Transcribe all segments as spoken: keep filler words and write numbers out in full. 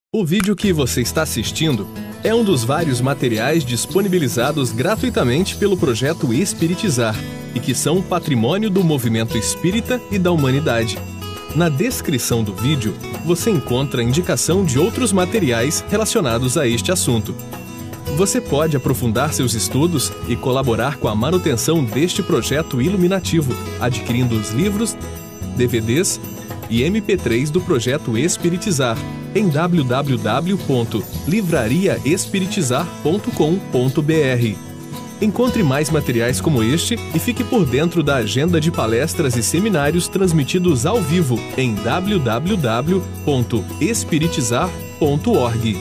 O vídeo que você está assistindo é um dos vários materiais disponibilizados gratuitamente pelo projeto Espiritizar e que são patrimônio do movimento espírita e da humanidade. Na descrição do vídeo, você encontra a indicação de outros materiais relacionados a este assunto. Você pode aprofundar seus estudos e colaborar com a manutenção deste projeto iluminativo, adquirindo os livros, D V Ds e M P três do projeto Espiritizar em w w w ponto livraria espiritizar ponto com ponto b r. Encontre mais materiais como este e fique por dentro da agenda de palestras e seminários transmitidos ao vivo em w w w ponto espiritizar ponto org.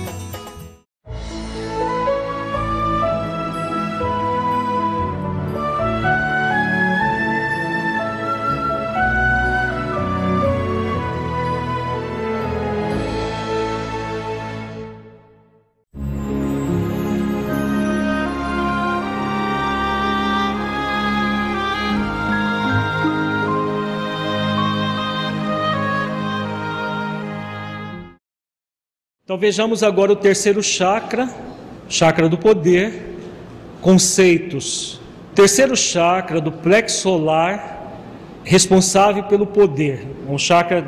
Então vejamos agora o terceiro chakra, chakra do poder, conceitos. Terceiro chakra do plexo solar, responsável pelo poder, um chakra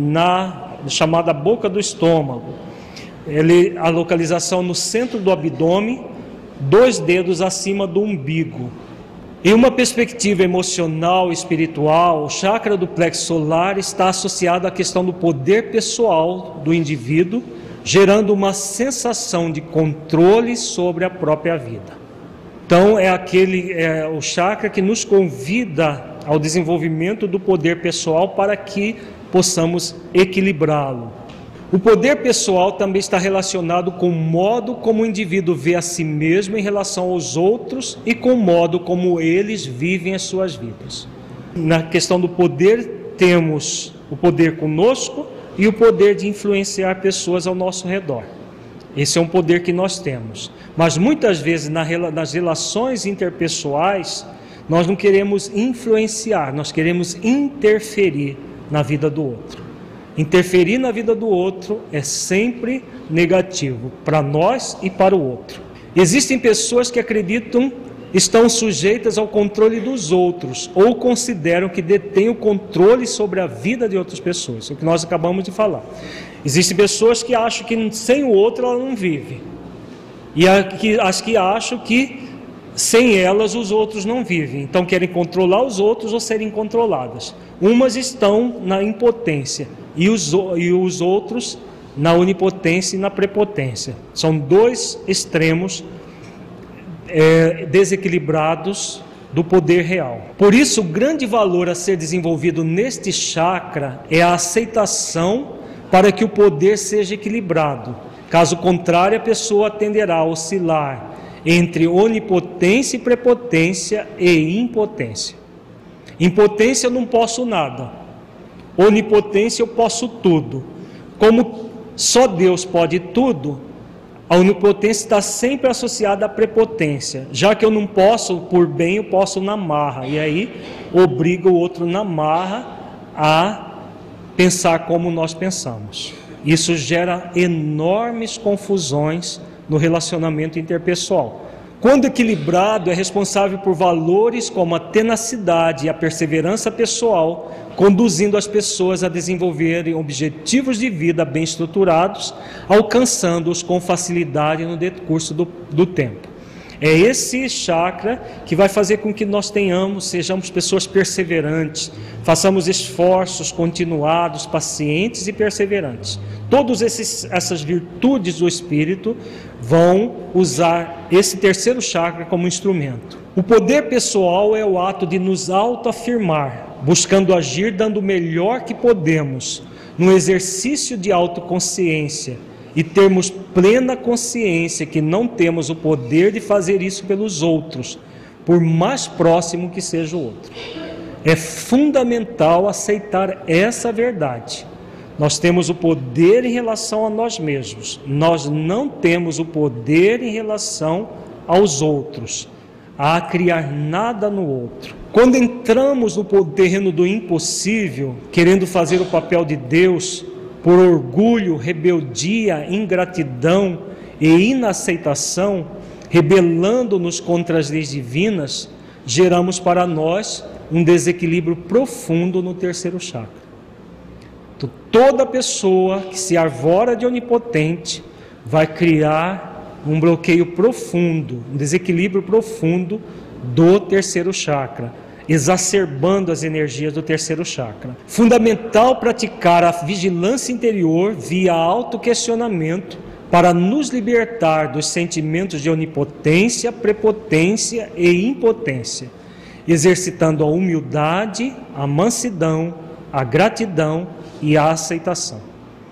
na chamada boca do estômago. Ele, a localização no centro do abdômen, dois dedos acima do umbigo. Em uma perspectiva emocional e espiritual, o chakra do plexo solar está associado à questão do poder pessoal do indivíduo, gerando uma sensação de controle sobre a própria vida. Então é aquele é o chakra que nos convida ao desenvolvimento do poder pessoal para que possamos equilibrá-lo. O poder pessoal também está relacionado com o modo como o indivíduo vê a si mesmo em relação aos outros e com o modo como eles vivem as suas vidas. Na questão do poder, temos o poder conosco e o poder de influenciar pessoas ao nosso redor. Esse é um poder que nós temos. Mas muitas vezes nas relações interpessoais, nós não queremos influenciar, nós queremos interferir na vida do outro. Interferir na vida do outro é sempre negativo, para nós e para o outro. Existem pessoas que acreditam estão sujeitas ao controle dos outros ou consideram que detêm o controle sobre a vida de outras pessoas, o que nós acabamos de falar. Existem pessoas que acham que sem o outro ela não vive, e as que acham que sem elas os outros não vivem, então querem controlar os outros ou serem controladas. Umas estão na impotência e os, e os outros na onipotência e na prepotência. São dois extremos É, desequilibrados do poder real. Por isso, o grande valor a ser desenvolvido neste chakra é a aceitação para que o poder seja equilibrado. Caso contrário, a pessoa tenderá a oscilar entre onipotência e prepotência e impotência. Impotência, eu não posso nada. Onipotência, eu posso tudo. Como só Deus pode tudo, a onipotência está sempre associada à prepotência. Já que eu não posso por bem, eu posso na marra. E aí obriga o outro na marra a pensar como nós pensamos. Isso gera enormes confusões no relacionamento interpessoal. Quando equilibrado, é responsável por valores como a tenacidade e a perseverança pessoal, conduzindo as pessoas a desenvolverem objetivos de vida bem estruturados, alcançando-os com facilidade no decurso do, do tempo. É esse chakra que vai fazer com que nós tenhamos, sejamos pessoas perseverantes, façamos esforços continuados, pacientes e perseverantes. Todas essas virtudes do espírito vão usar esse terceiro chakra como instrumento. O poder pessoal é o ato de nos autoafirmar, buscando agir dando o melhor que podemos, no exercício de autoconsciência, e termos plena consciência que não temos o poder de fazer isso pelos outros, por mais próximo que seja o outro. É fundamental aceitar essa verdade. Nós temos o poder em relação a nós mesmos, nós não temos o poder em relação aos outros, a criar nada no outro. Quando entramos no terreno do impossível, querendo fazer o papel de Deus, por orgulho, rebeldia, ingratidão e inaceitação, rebelando-nos contra as leis divinas, geramos para nós um desequilíbrio profundo no terceiro chakra. Então, toda pessoa que se arvora de onipotente vai criar um bloqueio profundo, um desequilíbrio profundo do terceiro chakra, exacerbando as energias do terceiro chakra. Fundamental praticar a vigilância interior via autoquestionamento para nos libertar dos sentimentos de onipotência, prepotência e impotência, exercitando a humildade, a mansidão, a gratidão e a aceitação.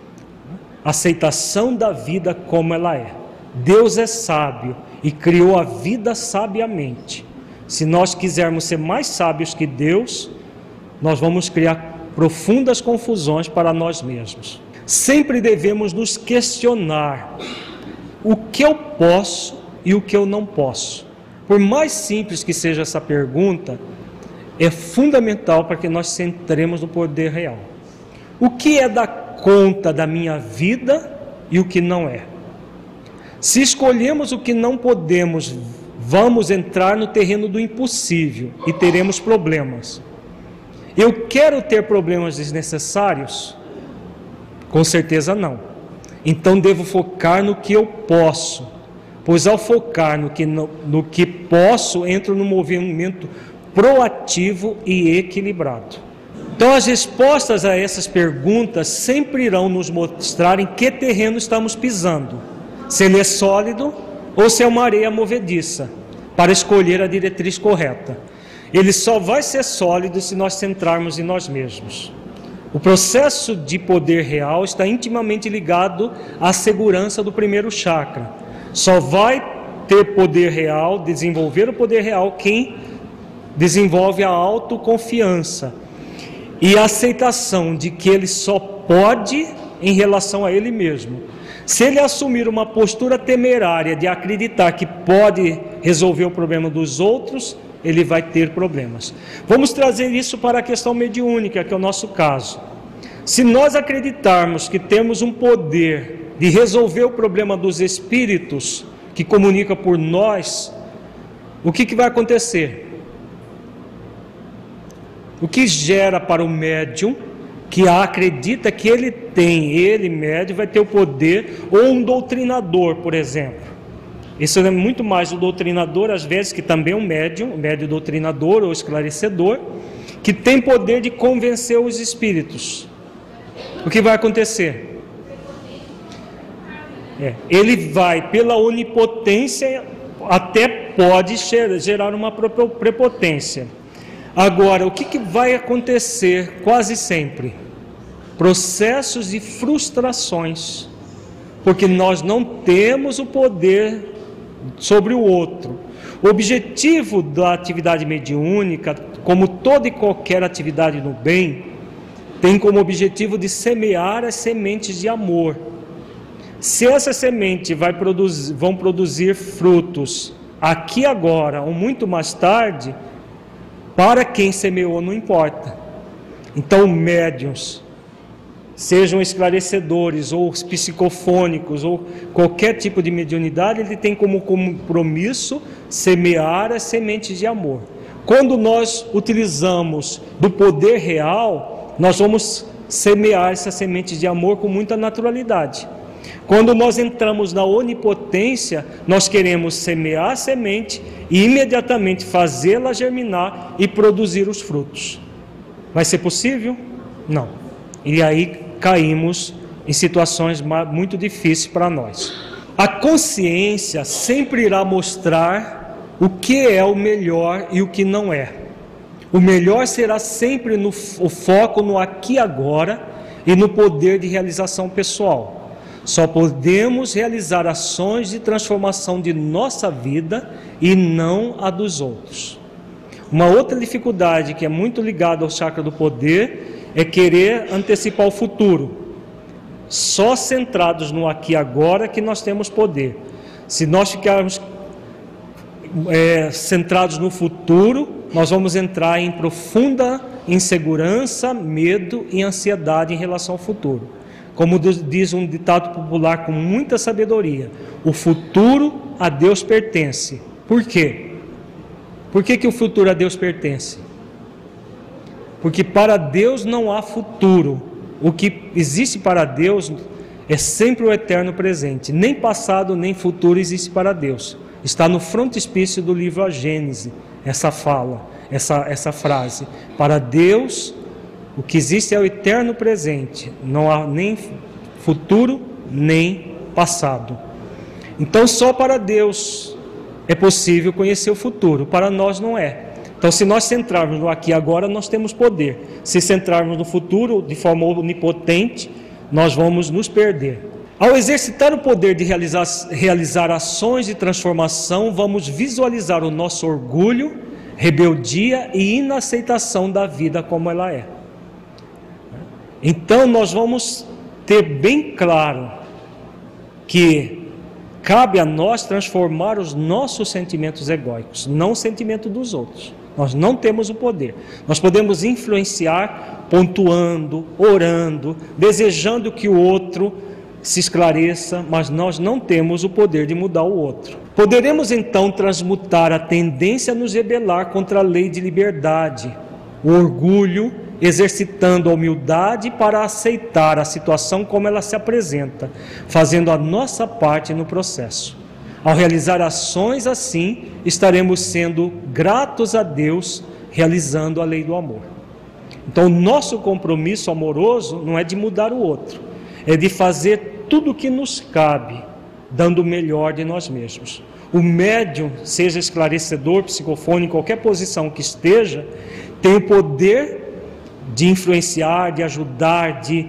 Aceitação da vida como ela é. Deus é sábio e criou a vida sabiamente. Se nós quisermos ser mais sábios que Deus, nós vamos criar profundas confusões para nós mesmos. Sempre devemos nos questionar o que eu posso e o que eu não posso. Por mais simples que seja essa pergunta, é fundamental para que nós centremos no poder real. O que é dar conta da minha vida e o que não é? Se escolhemos o que não podemos, vamos entrar no terreno do impossível e teremos problemas. Eu quero ter problemas desnecessários? Com certeza não. Então devo focar no que eu posso, pois ao focar no que, no, no que posso, entro no movimento proativo e equilibrado. Então as respostas a essas perguntas sempre irão nos mostrar em que terreno estamos pisando, se ele é sólido ou se é uma areia movediça, para escolher a diretriz correta. Ele só vai ser sólido se nós centrarmos em nós mesmos. O processo de poder real está intimamente ligado à segurança do primeiro chakra. Só vai ter poder real, desenvolver o poder real, quem desenvolve a autoconfiança e a aceitação de que ele só pode em relação a ele mesmo. Se ele assumir uma postura temerária de acreditar que pode resolver o problema dos outros, ele vai ter problemas. Vamos trazer isso para a questão mediúnica, que é o nosso caso. Se nós acreditarmos que temos um poder de resolver o problema dos espíritos que comunica por nós, o que, que vai acontecer? O que gera para o médium que acredita que ele tem, ele médium, vai ter o poder, ou um doutrinador, por exemplo. Isso é muito mais o doutrinador, às vezes, que também é um médium, um médium doutrinador ou esclarecedor, que tem poder de convencer os espíritos. O que vai acontecer? É, ele vai, pela onipotência, até pode gerar uma prepotência. Agora, o que, que vai acontecer quase sempre? Processos de frustrações, porque nós não temos o poder sobre o outro. O objetivo da atividade mediúnica, como toda e qualquer atividade no bem, tem como objetivo de semear as sementes de amor. Se essa semente vai produzir, vão produzir frutos aqui agora ou muito mais tarde, para quem semeou não importa. Então, médiuns, sejam esclarecedores ou psicofônicos ou qualquer tipo de mediunidade, ele tem como compromisso semear as sementes de amor. Quando nós utilizamos do poder real, nós vamos semear essas sementes de amor com muita naturalidade. Quando nós entramos na onipotência, nós queremos semear a semente e imediatamente fazê-la germinar e produzir os frutos. Vai ser possível? Não. E aí caímos em situações muito difíceis para nós. A consciência sempre irá mostrar o que é o melhor e o que não é. O melhor será sempre no, o foco no aqui e agora e no poder de realização pessoal. Só podemos realizar ações de transformação de nossa vida e não a dos outros. Uma outra dificuldade que é muito ligada ao chakra do poder é querer antecipar o futuro. Só centrados no aqui e agora que nós temos poder. Se nós ficarmos é, centrados no futuro, nós vamos entrar em profunda insegurança, medo e ansiedade em relação ao futuro. Como diz um ditado popular com muita sabedoria, o futuro a Deus pertence. Por quê? Por que que o futuro a Deus pertence? Porque para Deus não há futuro. O que existe para Deus é sempre o eterno presente. Nem passado, nem futuro existe para Deus. Está no frontispício do livro A Gênese, essa fala, essa, essa frase. Para Deus, o que existe é o eterno presente. Não há nem futuro, nem passado. Então, só para Deus é possível conhecer o futuro. Para nós não é. Então, se nós centrarmos no aqui e agora, nós temos poder. Se centrarmos no futuro de forma onipotente, nós vamos nos perder. Ao exercitar o poder de realizar, realizar ações de transformação, vamos visualizar o nosso orgulho, rebeldia e inaceitação da vida como ela é. Então, nós vamos ter bem claro que cabe a nós transformar os nossos sentimentos egóicos, não o sentimento dos outros. Nós não temos o poder. Nós podemos influenciar pontuando, orando, desejando que o outro se esclareça, mas nós não temos o poder de mudar o outro. Poderemos então transmutar a tendência a nos rebelar contra a lei de liberdade, o orgulho, exercitando a humildade para aceitar a situação como ela se apresenta, fazendo a nossa parte no processo. Ao realizar ações assim, estaremos sendo gratos a Deus, realizando a lei do amor. Então, o nosso compromisso amoroso não é de mudar o outro, é de fazer tudo o que nos cabe, dando o melhor de nós mesmos. O médium, seja esclarecedor, psicofone, em qualquer posição que esteja, tem o poder de influenciar, de ajudar, de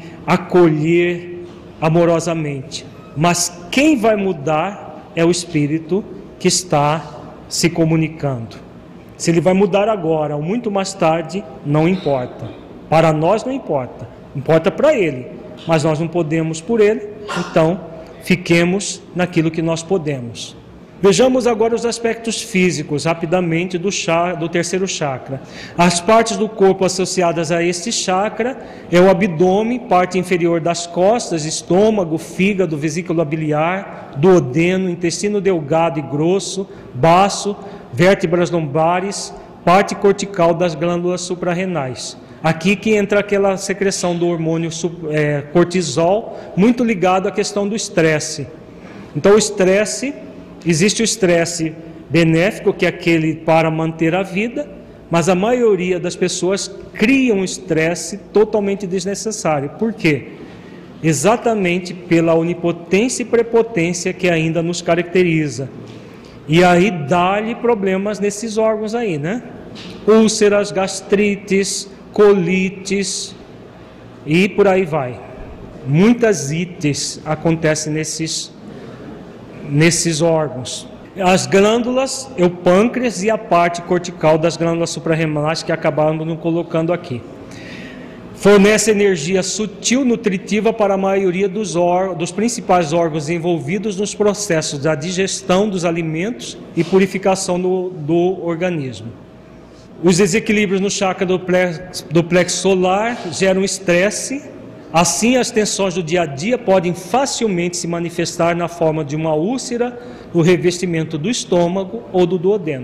acolher amorosamente. Mas quem vai mudar é o Espírito que está se comunicando. Se ele vai mudar agora ou muito mais tarde, não importa. Para nós não importa, importa para ele. Mas nós não podemos por ele, então fiquemos naquilo que nós podemos. Vejamos agora os aspectos físicos, rapidamente, do, chakra, do terceiro chakra. As partes do corpo associadas a este chakra é o abdômen, parte inferior das costas, estômago, fígado, vesícula biliar, duodeno, intestino delgado e grosso, baço, vértebras lombares, parte cortical das glândulas suprarrenais. Aqui que entra aquela secreção do hormônio é, cortisol, muito ligado à questão do estresse. Então, o estresse... Existe o estresse benéfico, que é aquele para manter a vida, mas a maioria das pessoas cria um estresse totalmente desnecessário. Por quê? Exatamente pela onipotência e prepotência que ainda nos caracteriza. E aí dá-lhe problemas nesses órgãos aí, né? Úlceras, gastrites, colites e por aí vai. Muitas ites acontecem nesses nesses órgãos. As glândulas, é o pâncreas e a parte cortical das glândulas suprarrenais que acabamos não colocando aqui. Fornece energia sutil, nutritiva para a maioria dos, órgãos, dos principais órgãos envolvidos nos processos da digestão dos alimentos e purificação do, do organismo. Os desequilíbrios no chakra do plexo, do plexo solar geram estresse. Assim, as tensões do dia a dia podem facilmente se manifestar na forma de uma úlcera, no revestimento do estômago ou do duodeno.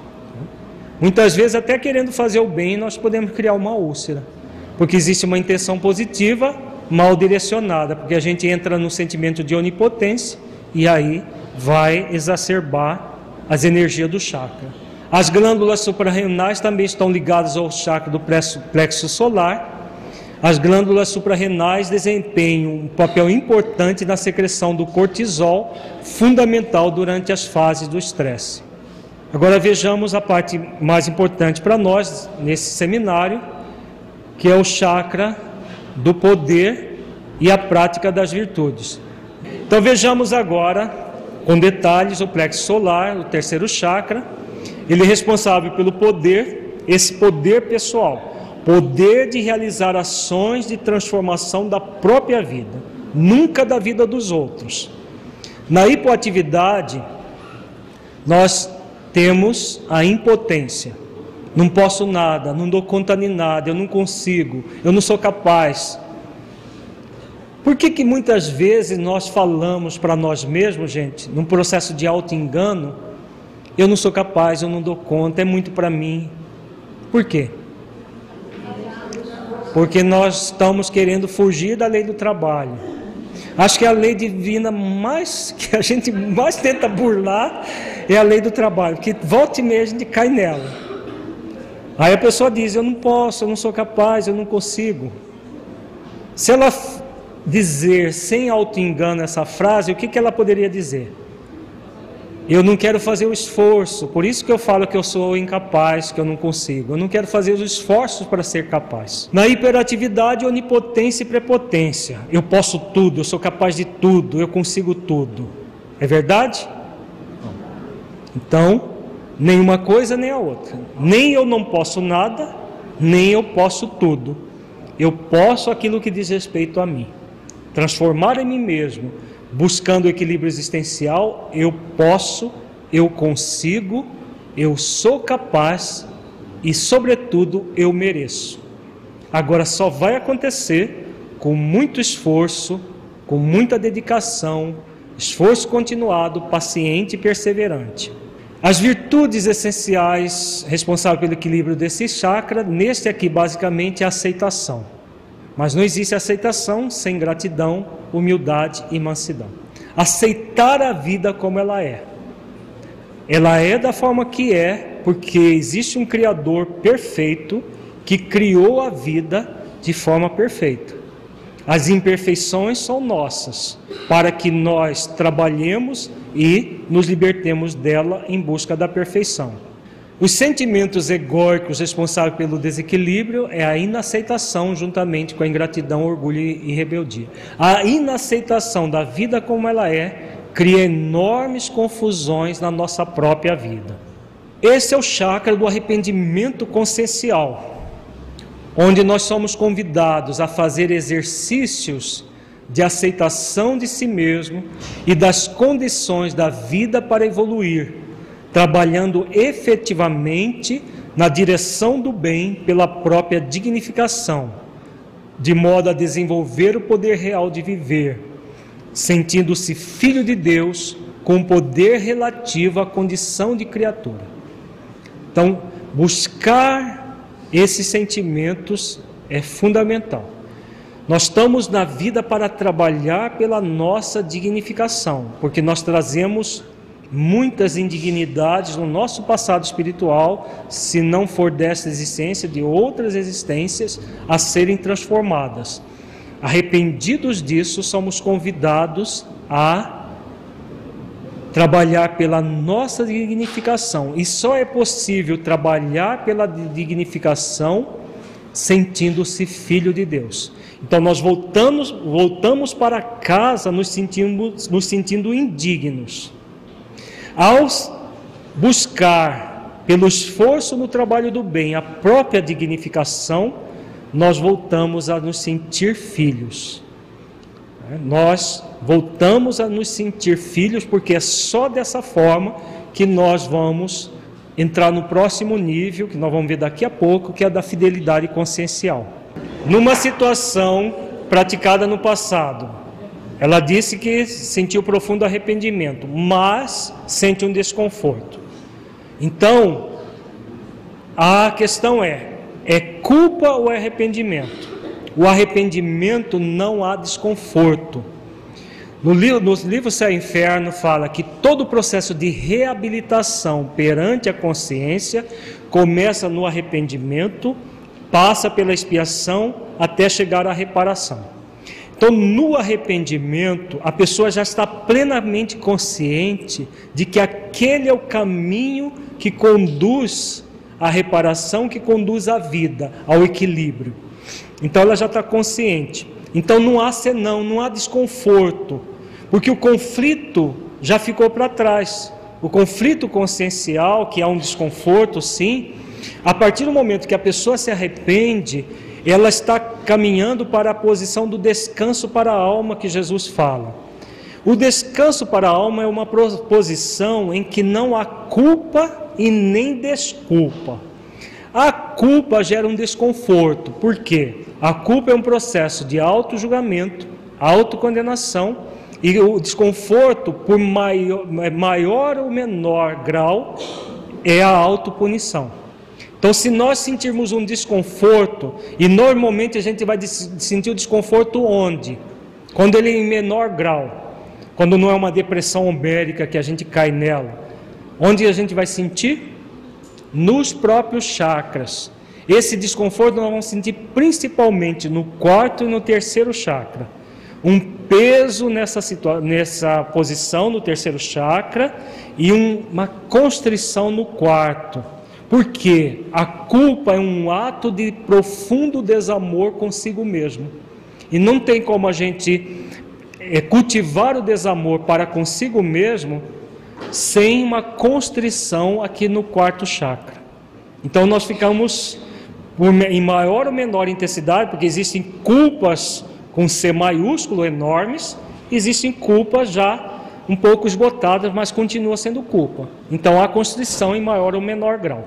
Muitas vezes, até querendo fazer o bem, nós podemos criar uma úlcera, porque existe uma intenção positiva mal direcionada, porque a gente entra no sentimento de onipotência e aí vai exacerbar as energias do chakra. As glândulas suprarrenais também estão ligadas ao chakra do plexo solar. As glândulas suprarrenais desempenham um papel importante na secreção do cortisol, fundamental durante as fases do estresse. Agora vejamos a parte mais importante para nós nesse seminário, que é o chakra do poder e a prática das virtudes. Então vejamos agora, com detalhes, o plexo solar, o terceiro chakra. Ele é responsável pelo poder, esse poder pessoal. Poder de realizar ações de transformação da própria vida, nunca da vida dos outros. Na hipoatividade, nós temos a impotência. Não posso nada, não dou conta de nada, eu não consigo, eu não sou capaz. Por que que muitas vezes nós falamos para nós mesmos, gente, num processo de auto-engano, eu não sou capaz, eu não dou conta, é muito para mim? Por quê? Porque nós estamos querendo fugir da lei do trabalho. Acho que a lei divina mais que a gente mais tenta burlar é a lei do trabalho, porque volta e meia a gente cai nela. Aí a pessoa diz, eu não posso, eu não sou capaz, eu não consigo. Se ela dizer sem auto-engano essa frase, o que, que ela poderia dizer? Eu não quero fazer o esforço, por isso que eu falo que eu sou incapaz, que eu não consigo. Eu não quero fazer os esforços para ser capaz. Na hiperatividade, onipotência e prepotência. Eu posso tudo, eu sou capaz de tudo, eu consigo tudo. É verdade? Então, nenhuma coisa nem a outra. Nem eu não posso nada, nem eu posso tudo. Eu posso aquilo que diz respeito a mim. Transformar em mim mesmo, buscando o equilíbrio existencial, eu posso, eu consigo, eu sou capaz e, sobretudo, eu mereço. Agora, só vai acontecer com muito esforço, com muita dedicação, esforço continuado, paciente e perseverante. As virtudes essenciais responsáveis pelo equilíbrio desse chakra, neste aqui, basicamente, é a aceitação. Mas não existe aceitação sem gratidão, humildade e mansidão. Aceitar a vida como ela é. Ela é da forma que é, porque existe um Criador perfeito que criou a vida de forma perfeita. As imperfeições são nossas, para que nós trabalhemos e nos libertemos dela em busca da perfeição. Os sentimentos egóicos responsáveis pelo desequilíbrio é a inaceitação juntamente com a ingratidão, orgulho e rebeldia. A inaceitação da vida como ela é cria enormes confusões na nossa própria vida. Esse é o chakra do arrependimento consciencial, onde nós somos convidados a fazer exercícios de aceitação de si mesmo e das condições da vida para evoluir, trabalhando efetivamente na direção do bem pela própria dignificação, de modo a desenvolver o poder real de viver, sentindo-se filho de Deus com poder relativo à condição de criatura. Então, buscar esses sentimentos é fundamental. Nós estamos na vida para trabalhar pela nossa dignificação, porque nós trazemos muitas indignidades no nosso passado espiritual, se não for dessa existência, de outras existências a serem transformadas. Arrependidos disso, somos convidados a trabalhar pela nossa dignificação, e só é possível trabalhar pela dignificação sentindo-se filho de Deus. Então nós voltamos, voltamos para casa nos sentindo, nos sentindo indignos. Ao buscar, pelo esforço no trabalho do bem, a própria dignificação, nós voltamos a nos sentir filhos. Nós voltamos a nos sentir filhos, porque é só dessa forma que nós vamos entrar no próximo nível, que nós vamos ver daqui a pouco, que é a da fidelidade consciencial. Numa situação praticada no passado, ela disse que sentiu profundo arrependimento, mas sente um desconforto. Então, a questão é, é culpa ou é arrependimento? O arrependimento não há desconforto. No livro, nos livros Céu e Inferno fala que todo o processo de reabilitação perante a consciência começa no arrependimento, passa pela expiação até chegar à reparação. Então, no arrependimento, a pessoa já está plenamente consciente de que aquele é o caminho que conduz à reparação, que conduz à vida, ao equilíbrio. Então, ela já está consciente. Então, não há senão, não há desconforto, porque o conflito já ficou para trás. O conflito consciencial, que é um desconforto, sim, a partir do momento que a pessoa se arrepende, ela está caminhando para a posição do descanso para a alma que Jesus fala. O descanso para a alma é uma posição em que não há culpa e nem desculpa. A culpa gera um desconforto. Por quê? A culpa é um processo de auto-julgamento, A autocondenação e o desconforto, por maior, maior ou menor grau, é a autopunição. Então, se nós sentirmos um desconforto, e normalmente a gente vai sentir o desconforto onde? Quando ele é em menor grau, quando não é uma depressão homérica que a gente cai nela. Onde a gente vai sentir? Nos próprios chakras. Esse desconforto nós vamos sentir principalmente no quarto e no terceiro chakra. Um peso nessa, situa- nessa posição no terceiro chakra e um, uma constrição no quarto. Porque a culpa é um ato de profundo desamor consigo mesmo. E não tem como a gente é, cultivar o desamor para consigo mesmo sem uma constrição aqui no quarto chakra. Então nós ficamos em maior ou menor intensidade, porque existem culpas com C maiúsculo enormes, existem culpas já um pouco esgotadas, mas continua sendo culpa. Então há constrição em maior ou menor grau.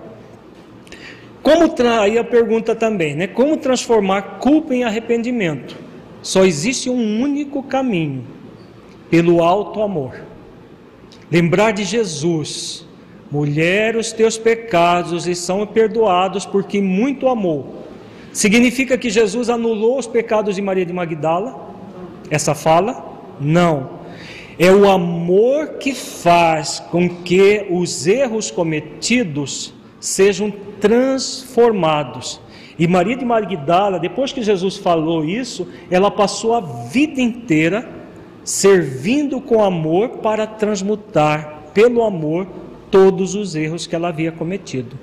Como tra... Aí a pergunta também, né? Como transformar culpa em arrependimento? Só existe um único caminho, pelo alto amor. Lembrar de Jesus: mulher, os teus pecados lhe são perdoados porque muito amou. Significa que Jesus anulou os pecados de Maria de Magdala? Essa fala? Não. É o amor que faz com que os erros cometidos sejam transformados. E Maria de Magdala, depois que Jesus falou isso, ela passou a vida inteira servindo com amor para transmutar, pelo amor, todos os erros que ela havia cometido.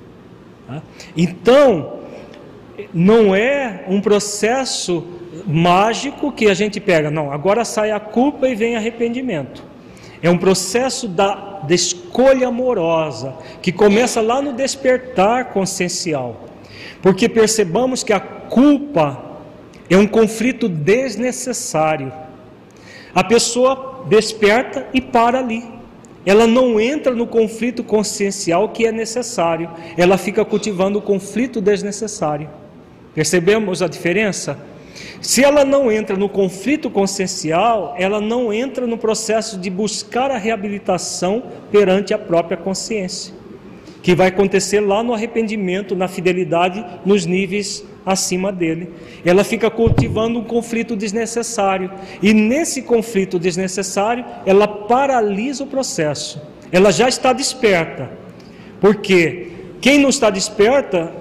Então, não é um processo mágico que a gente pega, não, agora sai a culpa e vem arrependimento. É um processo da, da escolha amorosa, que começa lá no despertar consciencial. Porque percebamos que a culpa é um conflito desnecessário. A pessoa desperta e para ali. Ela não entra no conflito consciencial que é necessário. Ela fica cultivando o conflito desnecessário. Percebemos a diferença? Se ela não entra no conflito consciencial, ela não entra no processo de buscar a reabilitação perante a própria consciência, que vai acontecer lá no arrependimento, na fidelidade, nos níveis acima dele. Ela fica cultivando um conflito desnecessário, e nesse conflito desnecessário, ela paralisa o processo. Ela já está desperta, porque quem não está desperta,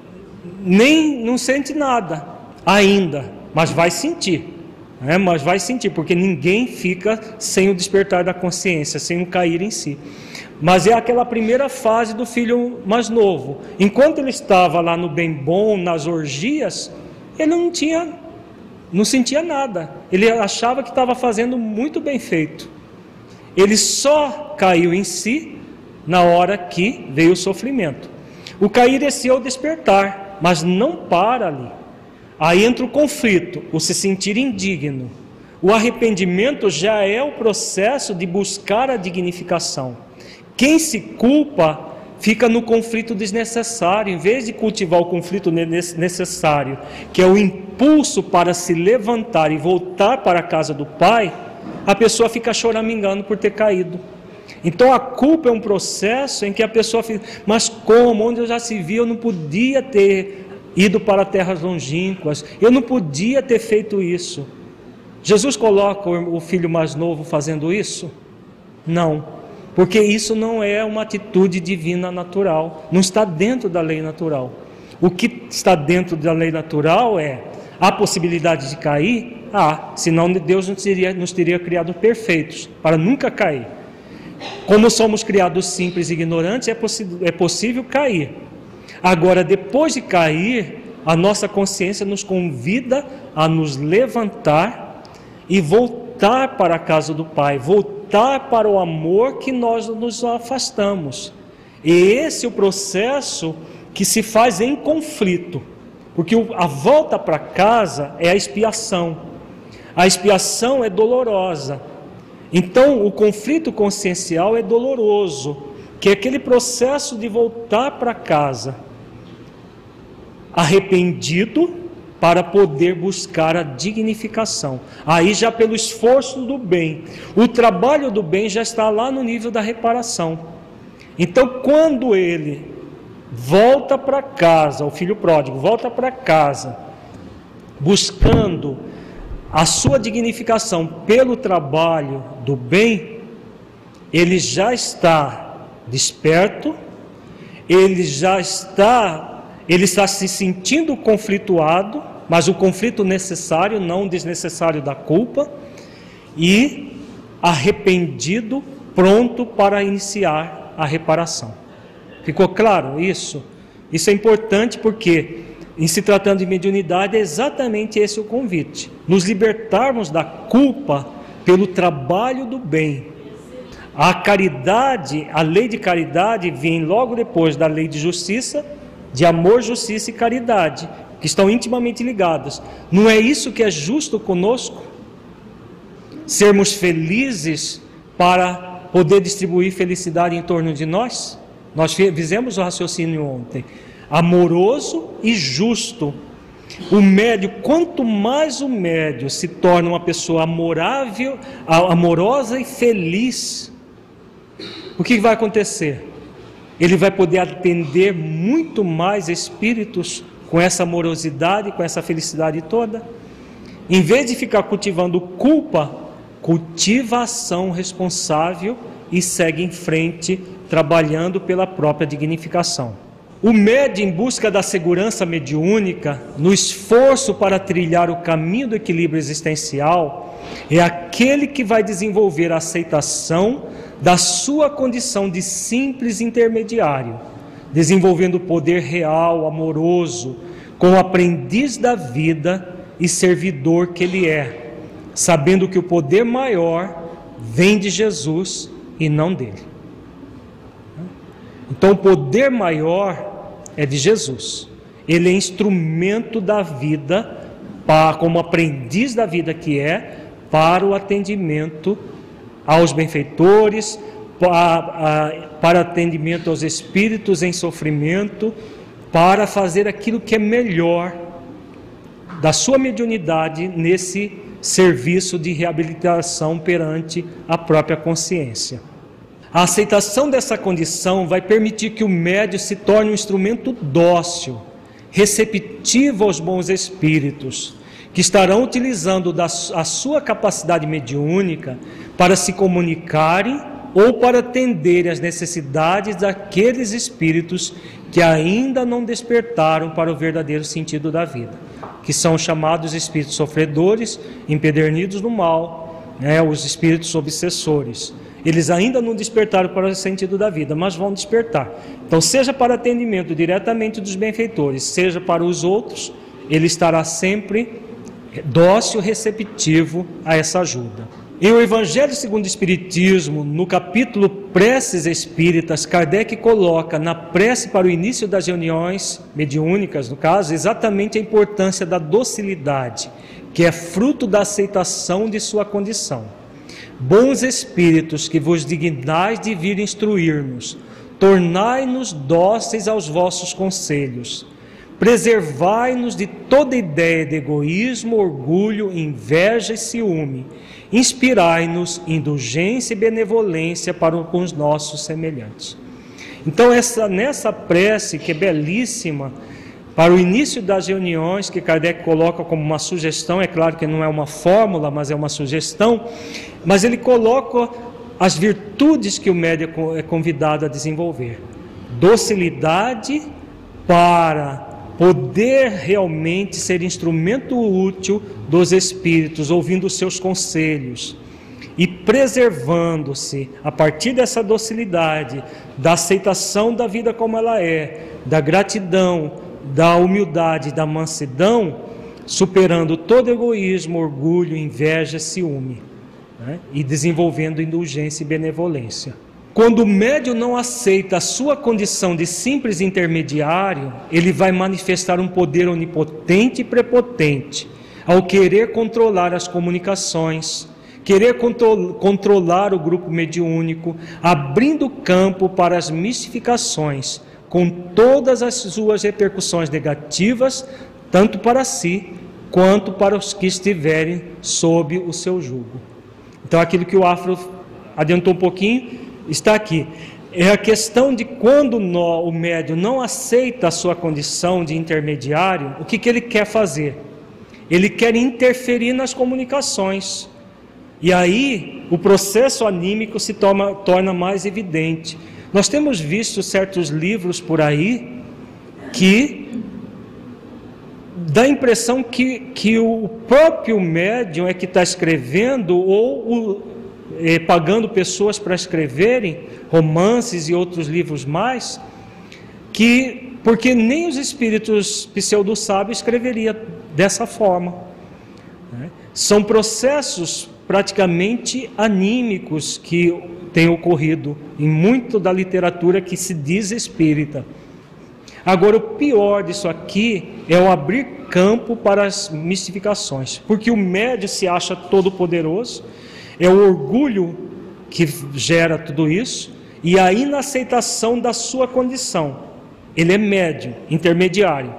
nem não sente nada ainda, mas vai sentir. É, mas vai sentir, porque ninguém fica sem o despertar da consciência, sem o cair em si. Mas é aquela primeira fase do filho mais novo. Enquanto ele estava lá no bem bom, nas orgias, ele não tinha, não sentia nada. Ele achava que estava fazendo muito bem feito. Ele só caiu em si na hora que veio o sofrimento. O cair é o despertar, mas não para ali. Aí entra o conflito, o se sentir indigno. O arrependimento já é o processo de buscar a dignificação. Quem se culpa fica no conflito desnecessário, em vez de cultivar o conflito necessário, que é o impulso para se levantar e voltar para a casa do Pai, a pessoa fica choramingando por ter caído. Então a culpa é um processo em que a pessoa fica, mas como? Onde eu já se vi, eu não podia ter ido para terras longínquas, eu não podia ter feito isso. Jesus coloca o filho mais novo fazendo isso? Não, porque isso não é uma atitude divina natural, não está dentro da lei natural. O que está dentro da lei natural é a possibilidade de cair? Ah, senão Deus nos teria, nos teria criado perfeitos, para nunca cair. Como somos criados simples e ignorantes, é, é possível cair. Agora, depois de cair, a nossa consciência nos convida a nos levantar e voltar para a casa do Pai, voltar para o amor que nós nos afastamos. E esse é o processo que se faz em conflito, porque a volta para casa é a expiação. A expiação é dolorosa. Então, o conflito consciencial é doloroso, que é aquele processo de voltar para casa arrependido, para poder buscar a dignificação. Aí já pelo esforço do bem. O trabalho do bem já está lá no nível da reparação. Então, quando ele volta para casa, o filho pródigo volta para casa, buscando a sua dignificação pelo trabalho do bem, ele já está desperto, ele já está, ele está se sentindo conflituado, mas o conflito necessário, não desnecessário da culpa, e arrependido, pronto para iniciar a reparação. Ficou claro isso? Isso é importante porque, em se tratando de mediunidade, é exatamente esse o convite. Nos libertarmos da culpa pelo trabalho do bem. A caridade, a lei de caridade vem logo depois da lei de justiça, de amor, justiça e caridade, que estão intimamente ligadas. Não é isso que é justo conosco? Sermos felizes para poder distribuir felicidade em torno de nós? Nós fizemos o raciocínio ontem. Amoroso e justo. O médio, quanto mais o médio se torna uma pessoa amorável, amorosa e feliz, o que vai acontecer? Ele vai poder atender muito mais espíritos com essa amorosidade, com essa felicidade toda. Em vez de ficar cultivando culpa, cultiva a ação responsável e segue em frente, trabalhando pela própria dignificação. O médium, em busca da segurança mediúnica, no esforço para trilhar o caminho do equilíbrio existencial, é aquele que vai desenvolver a aceitação da sua condição de simples intermediário, desenvolvendo o poder real, amoroso, como aprendiz da vida e servidor que ele é, sabendo que o poder maior vem de Jesus e não dele. Então o poder maior é de Jesus. Ele é instrumento da vida, para, como aprendiz da vida que é, para o atendimento aos benfeitores, para, para atendimento aos espíritos em sofrimento, para fazer aquilo que é melhor da sua mediunidade nesse serviço de reabilitação perante a própria consciência. A aceitação dessa condição vai permitir que o médium se torne um instrumento dócil, receptivo aos bons espíritos, que estarão utilizando da, a sua capacidade mediúnica para se comunicarem ou para atender às necessidades daqueles espíritos que ainda não despertaram para o verdadeiro sentido da vida, que são chamados espíritos sofredores, empedernidos no mal, né, os espíritos obsessores. Eles ainda não despertaram para o sentido da vida, mas vão despertar. Então, seja para atendimento diretamente dos benfeitores, seja para os outros, ele estará sempre dócil, receptivo a essa ajuda. Em O Evangelho segundo o Espiritismo, no capítulo Preces Espíritas, Kardec coloca na prece para o início das reuniões mediúnicas, no caso, exatamente a importância da docilidade, que é fruto da aceitação de sua condição. Bons espíritos que vos dignais de vir instruir-nos, tornai-nos dóceis aos vossos conselhos. Preservai-nos de toda ideia de egoísmo, orgulho, inveja e ciúme. Inspirai-nos indulgência e benevolência para com os nossos semelhantes. Então, essa, nessa prece, que é belíssima, para o início das reuniões, que Kardec coloca como uma sugestão, é claro que não é uma fórmula, mas é uma sugestão, mas ele coloca as virtudes que o médium é convidado a desenvolver. Docilidade para poder realmente ser instrumento útil dos espíritos, ouvindo os seus conselhos e preservando-se, a partir dessa docilidade, da aceitação da vida como ela é, da gratidão, da humildade, da mansidão, superando todo egoísmo, orgulho, inveja, ciúme, né? E desenvolvendo indulgência e benevolência. Quando o médium não aceita a sua condição de simples intermediário, ele vai manifestar um poder onipotente e prepotente, ao querer controlar as comunicações, querer contro- controlar o grupo mediúnico, abrindo campo para as mistificações, com todas as suas repercussões negativas, tanto para si, quanto para os que estiverem sob o seu jugo. Então, aquilo que o Afro adiantou um pouquinho, está aqui. É a questão de quando no, o médium não aceita a sua condição de intermediário, o que, que ele quer fazer? Ele quer interferir nas comunicações. E aí, o processo anímico se torna, torna mais evidente. Nós temos visto certos livros por aí que dá a impressão que, que o próprio médium é que está escrevendo ou o, é, pagando pessoas para escreverem romances e outros livros mais, que, porque nem os espíritos pseudo-sábios escreveriam dessa forma. Né? São processos praticamente anímicos que têm ocorrido em muito da literatura que se diz espírita. Agora, o pior disso aqui é o abrir campo para as mistificações, porque o médium se acha todo poderoso, é o orgulho que gera tudo isso, e a inaceitação da sua condição. Ele é médium, intermediário,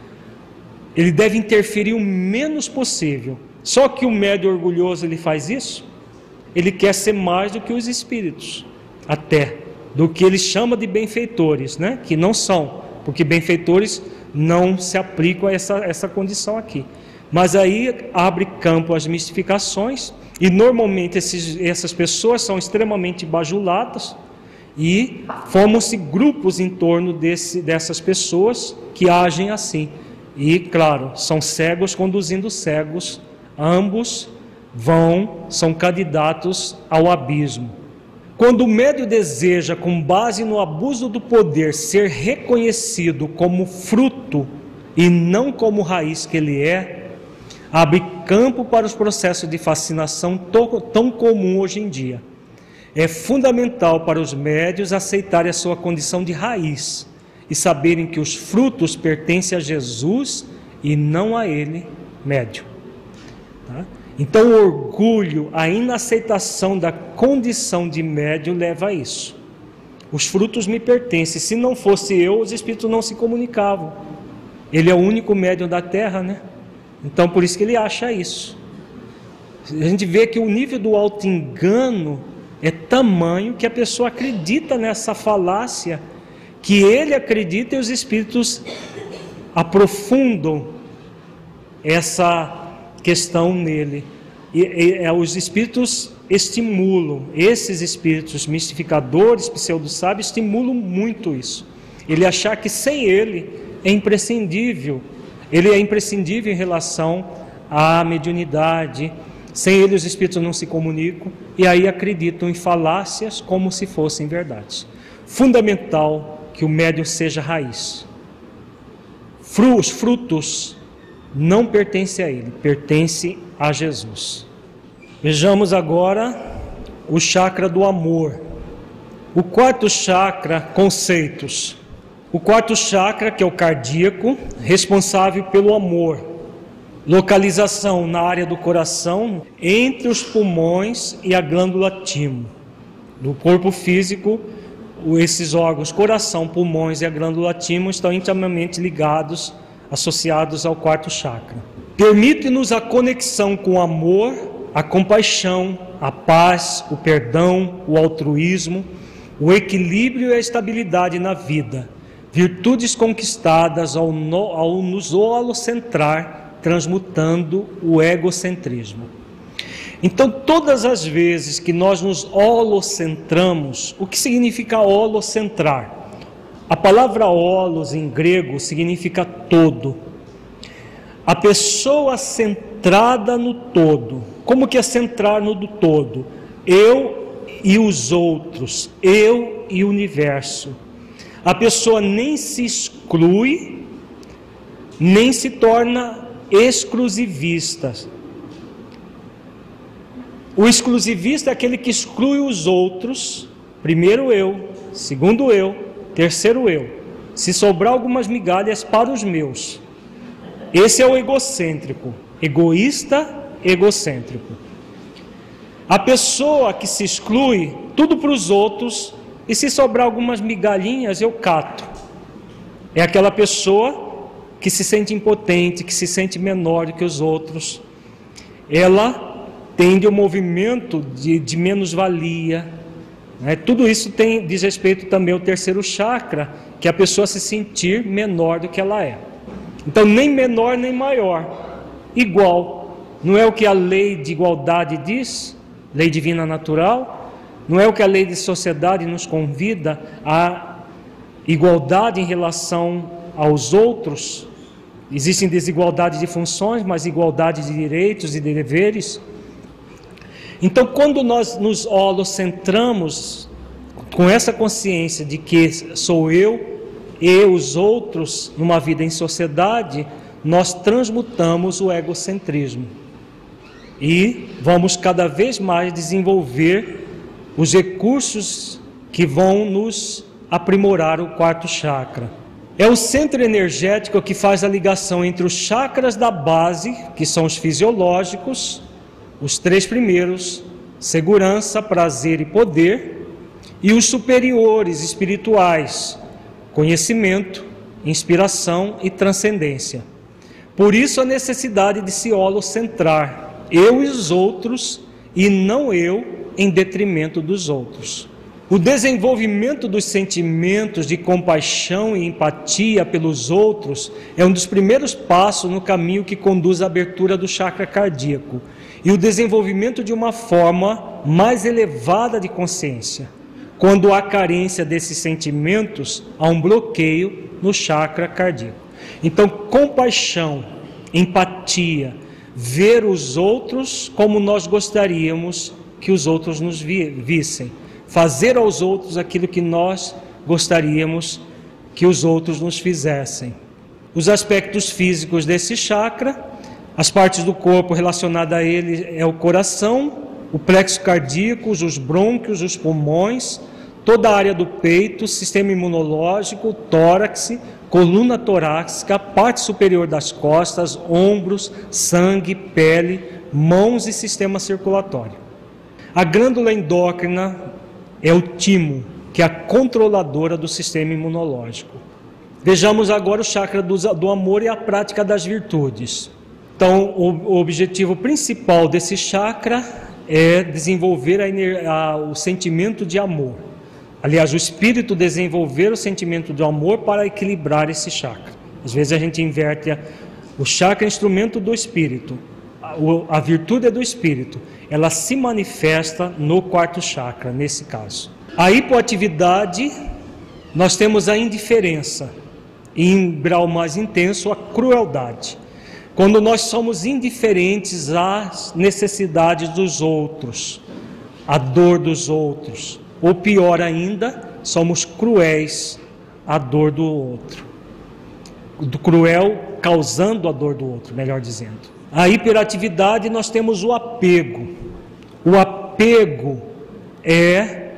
ele deve interferir o menos possível. Só que o médium orgulhoso, ele faz isso, ele quer ser mais do que os espíritos, até, do que ele chama de benfeitores, né? Que não são, porque benfeitores não se aplicam a essa, essa condição aqui. Mas aí abre campo às mistificações, e normalmente esses, essas pessoas são extremamente bajuladas, e formam-se grupos em torno desse, dessas pessoas que agem assim. E, claro, são cegos conduzindo cegos, ambos vão, são candidatos ao abismo. Quando o médium deseja, com base no abuso do poder, ser reconhecido como fruto e não como raiz que ele é, abre campo para os processos de fascinação tão comum hoje em dia. É fundamental para os médiuns aceitarem a sua condição de raiz e saberem que os frutos pertencem a Jesus e não a ele, médium. Tá? Então, o orgulho, a inaceitação da condição de médium leva a isso. Os frutos me pertencem. Se não fosse eu, os espíritos não se comunicavam. Ele é o único médium da Terra, né? Então, por isso que ele acha isso. A gente vê que o nível do auto-engano é tamanho que a pessoa acredita nessa falácia, que ele acredita e os espíritos aprofundam essa questão nele. E, e, e os espíritos estimulam, esses espíritos mistificadores, pseudo-sábios, estimulam muito isso. Ele achar que sem ele é imprescindível, ele é imprescindível em relação à mediunidade. Sem ele os espíritos não se comunicam, e aí acreditam em falácias como se fossem verdades. Fundamental que o médium seja raiz. Os frutos não pertencem a ele, pertencem a Jesus. Vejamos agora o chakra do amor. O quarto chakra, conceitos. O quarto chakra, que é o cardíaco, responsável pelo amor. Localização na área do coração, entre os pulmões e a glândula timo. No corpo físico, esses órgãos, coração, pulmões e a glândula timo, estão intimamente ligados, associados ao quarto chakra. Permite-nos a conexão com o amor, a compaixão, a paz, o perdão, o altruísmo, o equilíbrio e a estabilidade na vida, virtudes conquistadas ao, no, ao nos holocentrar, transmutando o egocentrismo. Então, todas as vezes que nós nos holocentramos, o que significa holocentrar? A palavra holos em grego significa todo. A pessoa centrada no todo. Como que é centrar no do todo? Eu e os outros, eu e o universo. A pessoa nem se exclui, nem se torna exclusivistas. O exclusivista é aquele que exclui os outros, primeiro eu, segundo eu, terceiro eu. Se sobrar algumas migalhas para os meus. Esse é o egocêntrico, egoísta, egocêntrico. A pessoa que se exclui, tudo para os outros, e se sobrar algumas migalhinhas eu cato. É aquela pessoa que se sente impotente, que se sente menor do que os outros. Ela tende ao movimento de, de menos-valia, né? Tudo isso tem, diz respeito também ao terceiro chakra, que é a pessoa se sentir menor do que ela é. Então, nem menor nem maior, igual. Não é o que a lei de igualdade diz, lei divina natural, não é o que a lei de sociedade nos convida a igualdade em relação aos outros. Existem desigualdades de funções, mas igualdade de direitos e de deveres. Então, quando nós nos holocentramos com essa consciência de que sou eu e os outros numa vida em sociedade, nós transmutamos o egocentrismo e vamos cada vez mais desenvolver os recursos que vão nos aprimorar o quarto chakra. É o centro energético que faz a ligação entre os chakras da base, que são os fisiológicos, os três primeiros, segurança, prazer e poder, e os superiores espirituais, conhecimento, inspiração e transcendência. Por isso a necessidade de se holocentrar, eu e os outros, e não eu em detrimento dos outros. O desenvolvimento dos sentimentos de compaixão e empatia pelos outros é um dos primeiros passos no caminho que conduz à abertura do chakra cardíaco e o desenvolvimento de uma forma mais elevada de consciência. Quando há carência desses sentimentos, há um bloqueio no chakra cardíaco. Então, compaixão, empatia, ver os outros como nós gostaríamos que os outros nos vissem, fazer aos outros aquilo que nós gostaríamos que os outros nos fizessem. Os aspectos físicos desse chakra, as partes do corpo relacionadas a ele é o coração, o plexo cardíaco, os brônquios, os pulmões, toda a área do peito, sistema imunológico, tórax, coluna torácica, parte superior das costas, ombros, sangue, pele, mãos e sistema circulatório. A glândula endócrina é o timo, que é a controladora do sistema imunológico. Vejamos agora o chakra do, do amor e a prática das virtudes. Então, o, o objetivo principal desse chakra é desenvolver a, a, o sentimento de amor. Aliás, o espírito desenvolver o sentimento de amor para equilibrar esse chakra. Às vezes a gente inverte a, o chakra é instrumento do espírito. A, a virtude é do espírito. Ela se manifesta no quarto chakra, nesse caso. A hipoatividade, nós temos a indiferença. E em grau mais intenso, a crueldade. Quando nós somos indiferentes às necessidades dos outros, à dor dos outros, ou pior ainda, somos cruéis à dor do outro. Do cruel causando a dor do outro, melhor dizendo. A hiperatividade, nós temos o apego. O apego é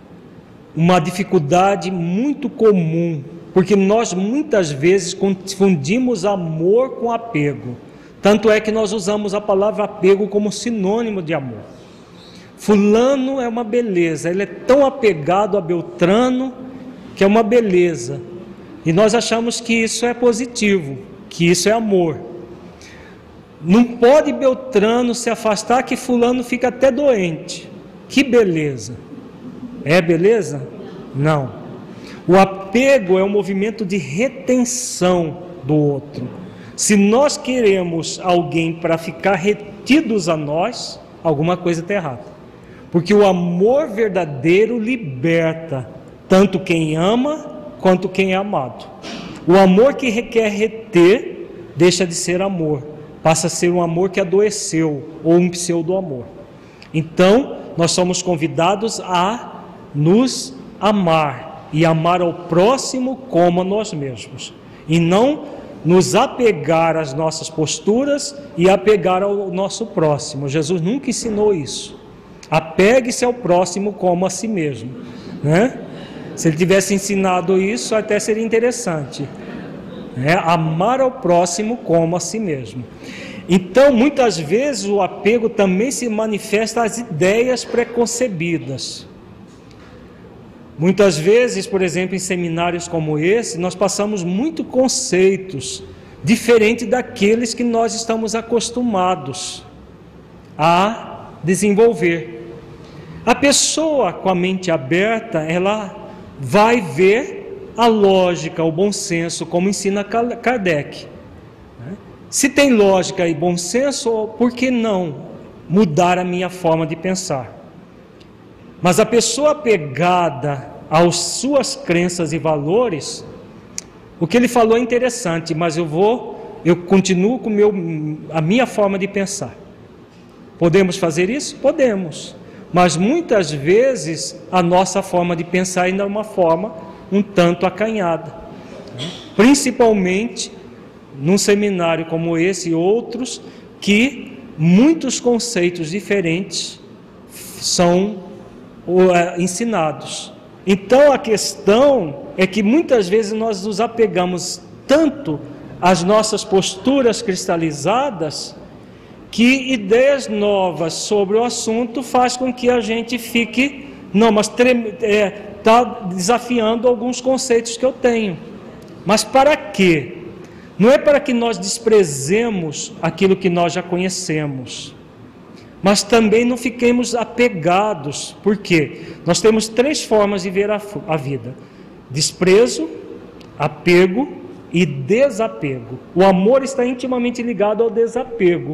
uma dificuldade muito comum, porque nós muitas vezes confundimos amor com apego. Tanto é que nós usamos a palavra apego como sinônimo de amor. Fulano é uma beleza, ele é tão apegado a Beltrano que é uma beleza. E nós achamos que isso é positivo, que isso é amor. Não pode Beltrano se afastar que fulano fica até doente. Que beleza. É beleza? Não. O apego é um movimento de retenção do outro. Se nós queremos alguém para ficar retidos a nós, alguma coisa está errada. Porque o amor verdadeiro liberta tanto quem ama quanto quem é amado. O amor que requer reter deixa de ser amor, passa a ser um amor que adoeceu ou um pseudo-amor. Então, nós somos convidados a nos amar e amar ao próximo como a nós mesmos, e não nos apegar às nossas posturas e apegar ao nosso próximo. Jesus nunca ensinou isso. Apegue-se ao próximo como a si mesmo, né? Se ele tivesse ensinado isso, até seria interessante, né? Amar ao próximo como a si mesmo. Então, muitas vezes o apego também se manifesta às ideias preconcebidas. Muitas vezes, por exemplo, em seminários como esse, nós passamos muito conceitos diferente daqueles que nós estamos acostumados a desenvolver. A pessoa com a mente aberta, ela vai ver a lógica, o bom senso, como ensina Kardec. Se tem lógica e bom senso, por que não mudar a minha forma de pensar? Mas a pessoa apegada às suas crenças e valores, o que ele falou é interessante, mas eu vou, eu continuo com meu, a minha forma de pensar. Podemos fazer isso? Podemos. Mas muitas vezes a nossa forma de pensar ainda é uma forma um tanto acanhada. Principalmente num seminário como esse e outros, que muitos conceitos diferentes são uh, ensinados. Então a questão é que muitas vezes nós nos apegamos tanto às nossas posturas cristalizadas, que ideias novas sobre o assunto faz com que a gente fique, não, mas está desafiando alguns conceitos que eu tenho. Mas para quê? Não é para que nós desprezemos aquilo que nós já conhecemos, mas também não fiquemos apegados. Por quê? Nós temos três formas de ver a, a vida: desprezo, apego e desapego. O amor está intimamente ligado ao desapego.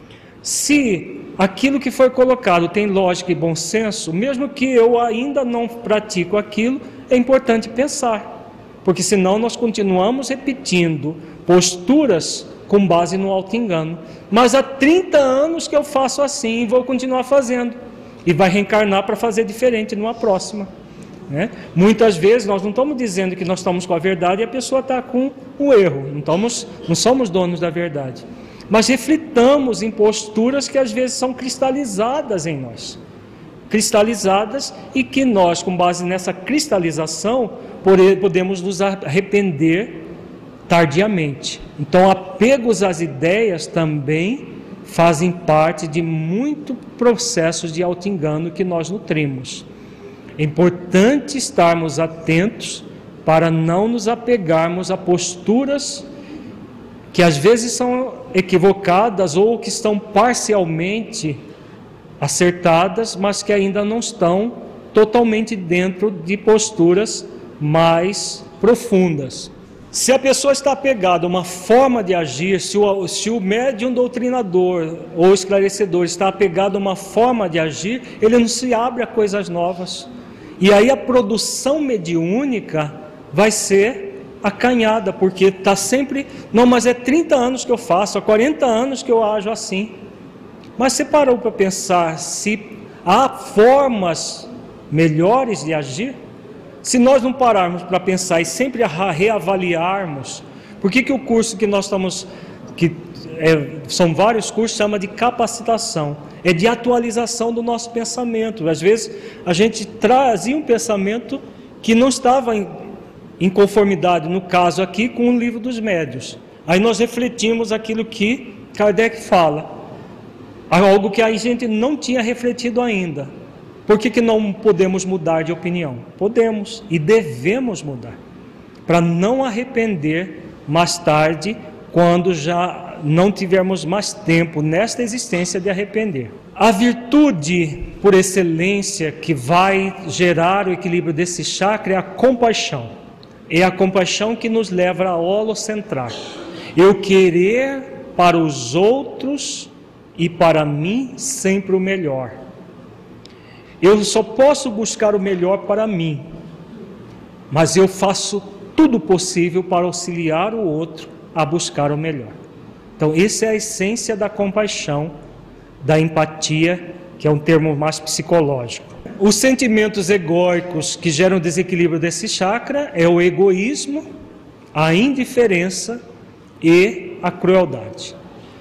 Se aquilo que foi colocado tem lógica e bom senso, mesmo que eu ainda não pratico aquilo, é importante pensar, porque senão nós continuamos repetindo posturas com base no auto-engano. Mas há trinta anos que eu faço assim e vou continuar fazendo, e vai reencarnar para fazer diferente numa próxima, né? Muitas vezes nós não estamos dizendo que nós estamos com a verdade e a pessoa está com o erro, não, estamos, não somos donos da verdade, mas reflitamos em posturas que às vezes são cristalizadas em nós, cristalizadas, e que nós, com base nessa cristalização, podemos nos arrepender tardiamente. Então, apegos às ideias também fazem parte de muitos processos de auto-engano que nós nutrimos. É importante estarmos atentos para não nos apegarmos a posturas que às vezes são equivocadas ou que estão parcialmente acertadas, mas que ainda não estão totalmente dentro de posturas mais profundas. Se a pessoa está apegada a uma forma de agir, se o, se o médium doutrinador ou esclarecedor está apegado a uma forma de agir, ele não se abre a coisas novas. E aí a produção mediúnica vai ser acanhada, porque está sempre, não, mas é trinta anos que eu faço, há quarenta anos que eu ajo assim. Mas você parou para pensar se há formas melhores de agir? Se nós não pararmos para pensar e sempre reavaliarmos, por que que o curso que nós estamos, que é, são vários cursos, chama de capacitação, é de atualização do nosso pensamento. Às vezes a gente trazia um pensamento que não estava em, em conformidade, no caso aqui, com o livro dos médiuns. Aí nós refletimos aquilo que Kardec fala, algo que a gente não tinha refletido ainda. Por que que não podemos mudar de opinião? Podemos e devemos mudar, para não arrepender mais tarde, quando já não tivermos mais tempo nesta existência de arrepender. A virtude por excelência que vai gerar o equilíbrio desse chakra é a compaixão. É a compaixão que nos leva a holocentrar. Eu querer para os outros e para mim sempre o melhor. Eu só posso buscar o melhor para mim, mas eu faço tudo possível para auxiliar o outro a buscar o melhor. Então, essa é a essência da compaixão, da empatia, que é um termo mais psicológico. Os sentimentos egóicos que geram desequilíbrio desse chakra é o egoísmo, a indiferença e a crueldade.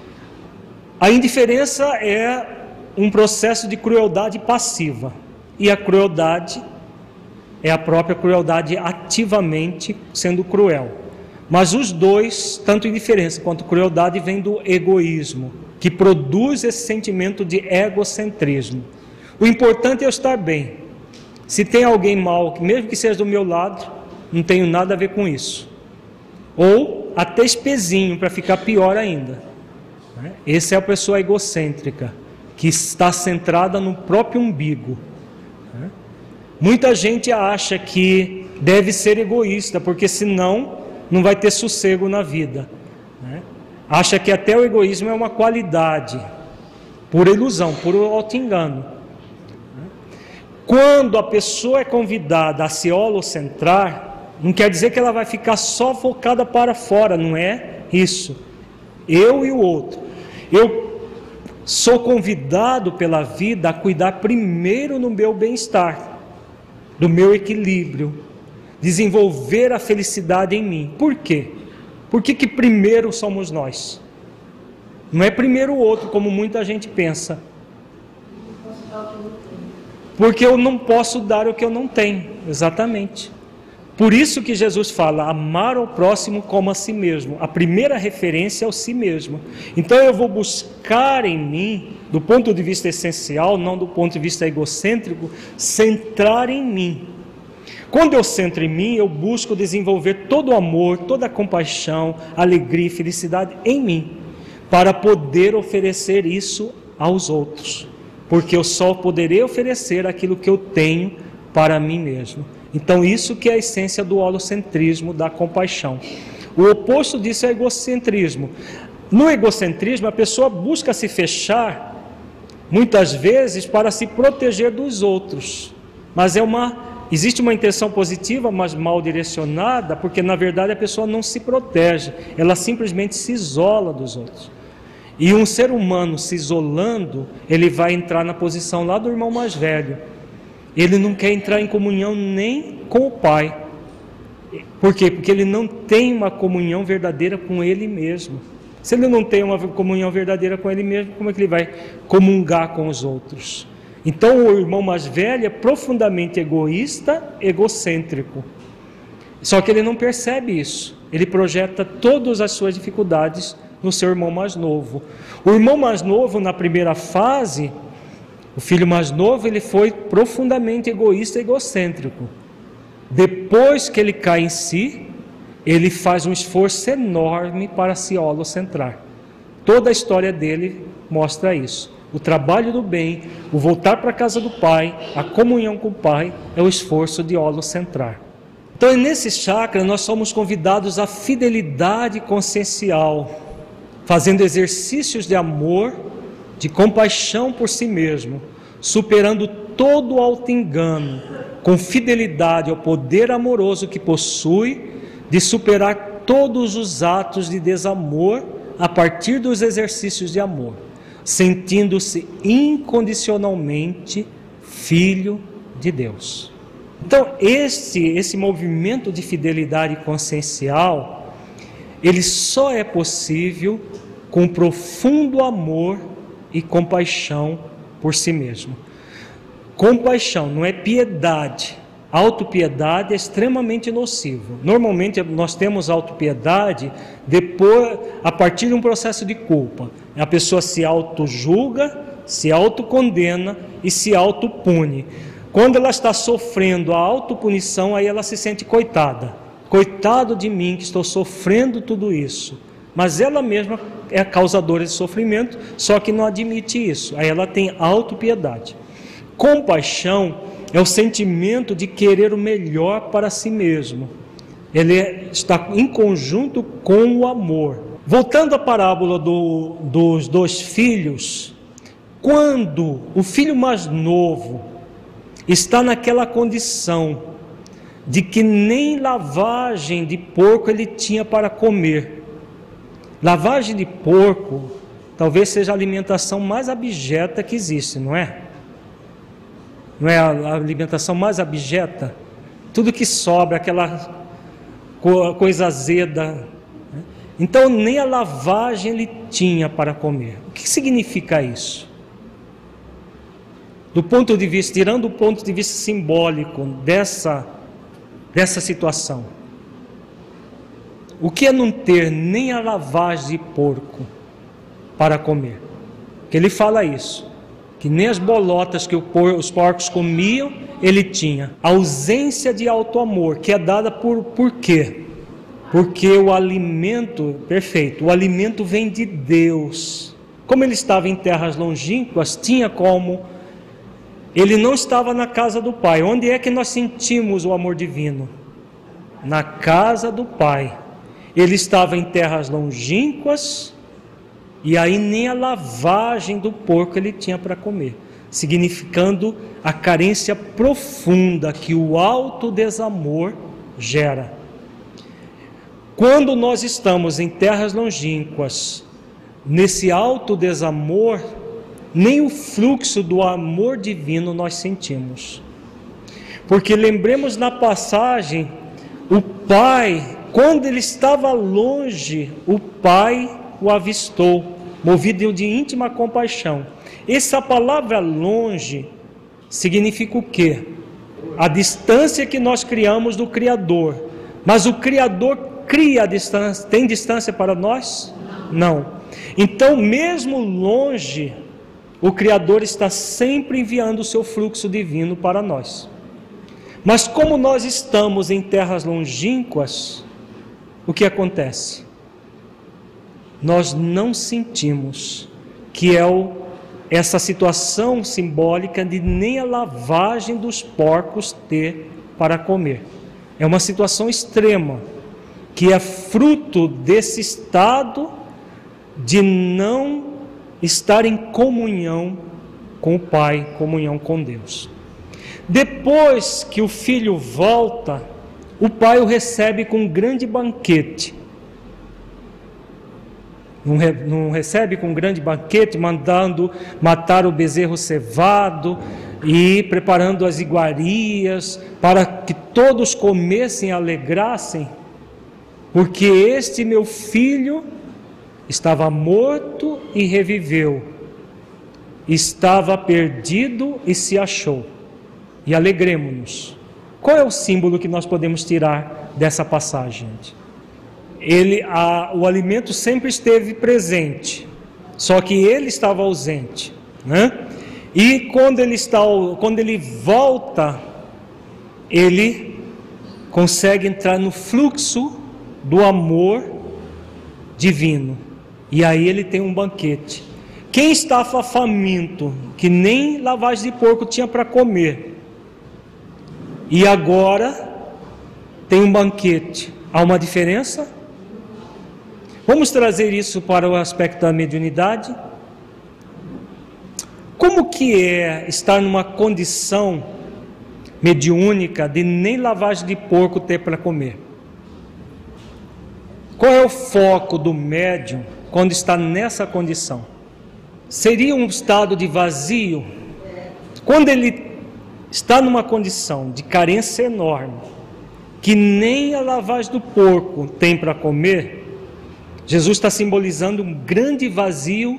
A indiferença é um processo de crueldade passiva, e a crueldade é a própria crueldade ativamente sendo cruel. Mas os dois, tanto indiferença quanto crueldade, vem do egoísmo, que produz esse sentimento de egocentrismo. O importante é eu estar bem. Se tem alguém mal, mesmo que seja do meu lado, não tenho nada a ver com isso. Ou até espezinho para ficar pior ainda. Essa é a pessoa egocêntrica, que está centrada no próprio umbigo. Muita gente acha que deve ser egoísta, porque senão não vai ter sossego na vida. Acha que até o egoísmo é uma qualidade, por ilusão, por auto-engano. Quando a pessoa é convidada a se holocentrar, não quer dizer que ela vai ficar só focada para fora, não é isso. Eu e o outro. Eu sou convidado pela vida a cuidar primeiro no meu bem-estar, do meu equilíbrio, desenvolver a felicidade em mim. Por quê? Por que que primeiro somos nós? Não é primeiro o outro, como muita gente pensa. Porque eu não posso dar o que eu não tenho, exatamente. Por isso que Jesus fala, amar ao próximo como a si mesmo. A primeira referência é o si mesmo. Então eu vou buscar em mim, do ponto de vista essencial, não do ponto de vista egocêntrico, centrar em mim. Quando eu centro em mim, eu busco desenvolver todo o amor, toda a compaixão, alegria e felicidade em mim, para poder oferecer isso aos outros. Porque eu só poderei oferecer aquilo que eu tenho para mim mesmo. Então isso que é a essência do holocentrismo, da compaixão. O oposto disso é egocentrismo. No egocentrismo, a pessoa busca se fechar, muitas vezes, para se proteger dos outros. Mas é uma, existe uma intenção positiva, mas mal direcionada, porque na verdade a pessoa não se protege, ela simplesmente se isola dos outros. E um ser humano se isolando, ele vai entrar na posição lá do irmão mais velho. Ele não quer entrar em comunhão nem com o Pai. Por quê? Porque ele não tem uma comunhão verdadeira com ele mesmo. Se ele não tem uma comunhão verdadeira com ele mesmo, como é que ele vai comungar com os outros? Então o irmão mais velho é profundamente egoísta, egocêntrico. Só que ele não percebe isso. Ele projeta todas as suas dificuldades no seu irmão mais novo. O irmão mais novo, na primeira fase, o filho mais novo, ele foi profundamente egoísta e egocêntrico. Depois que ele cai em si, ele faz um esforço enorme para se holocentrar. Toda a história dele mostra isso. O trabalho do bem, o voltar para a casa do Pai, a comunhão com o Pai, é o esforço de holocentrar. Então, nesse chakra, nós somos convidados à fidelidade consciencial, fazendo exercícios de amor, de compaixão por si mesmo, superando todo o auto-engano, com fidelidade ao poder amoroso que possui, de superar todos os atos de desamor a partir dos exercícios de amor, sentindo-se incondicionalmente filho de Deus. Então, esse, esse movimento de fidelidade consciencial, ele só é possível com profundo amor e compaixão por si mesmo. Compaixão não é piedade. Autopiedade é extremamente nocivo. Normalmente nós temos autopiedade depois, a partir de um processo de culpa. A pessoa se autojulga, se autocondena e se autopune. Quando ela está sofrendo a autopunição, aí ela se sente coitada. Coitado de mim que estou sofrendo tudo isso. Mas ela mesma é a causadora de sofrimento, só que não admite isso. Aí ela tem autopiedade. Compaixão é o sentimento de querer o melhor para si mesmo. Ele está em conjunto com o amor. Voltando à parábola do, dos dois filhos, quando o filho mais novo está naquela condição de que nem lavagem de porco ele tinha para comer. Lavagem de porco talvez seja a alimentação mais abjeta que existe, não é? Não é a alimentação mais abjeta? Tudo que sobra, aquela coisa azeda. Então nem a lavagem ele tinha para comer. O que significa isso? Do ponto de vista, tirando o ponto de vista simbólico dessa, dessa situação, o que é não ter nem a lavagem de porco para comer? Que ele fala isso, que nem as bolotas que os porcos comiam, ele tinha. A ausência de auto-amor, que é dada por, por quê? Porque o alimento, perfeito, o alimento vem de Deus. Como ele estava em terras longínquas, tinha como, ele não estava na casa do Pai. Onde é que nós sentimos o amor divino? Na casa do Pai. Ele estava em terras longínquas, e aí nem a lavagem do porco ele tinha para comer, significando a carência profunda que o alto desamor gera. Quando nós estamos em terras longínquas, nesse alto desamor, nem o fluxo do amor divino nós sentimos. Porque lembremos na passagem, o Pai, quando ele estava longe, o Pai o avistou, movido de íntima compaixão. Essa palavra longe significa o quê? A distância que nós criamos do Criador. Mas o Criador cria a distância, tem distância para nós? Não. Então, mesmo longe, o Criador está sempre enviando o seu fluxo divino para nós. Mas como nós estamos em terras longínquas, o que acontece? Nós não sentimos que é o, essa situação simbólica de nem a lavagem dos porcos ter para comer. É uma situação extrema, que é fruto desse estado de não estar em comunhão com o Pai, comunhão com Deus. Depois que o filho volta, o pai o recebe com um grande banquete. Não, re, não recebe com um grande banquete, mandando matar o bezerro cevado e preparando as iguarias para que todos comessem e alegrassem, porque este meu filho estava morto e reviveu, estava perdido e se achou. E alegremo-nos. Qual é o símbolo que nós podemos tirar dessa passagem? Ele, a, o alimento sempre esteve presente, só que ele estava ausente, né? E quando ele, está, quando ele volta, ele consegue entrar no fluxo do amor divino, e aí ele tem um banquete. Quem estava faminto, que nem lavagem de porco tinha para comer, e agora tem um banquete, há uma diferença? Vamos trazer isso para o aspecto da mediunidade. Como que é estar numa condição mediúnica de nem lavagem de porco ter para comer? Qual é o foco do médium quando está nessa condição? Seria um estado de vazio? Quando ele está numa condição de carência enorme, que nem a lavagem do porco tem para comer, Jesus está simbolizando um grande vazio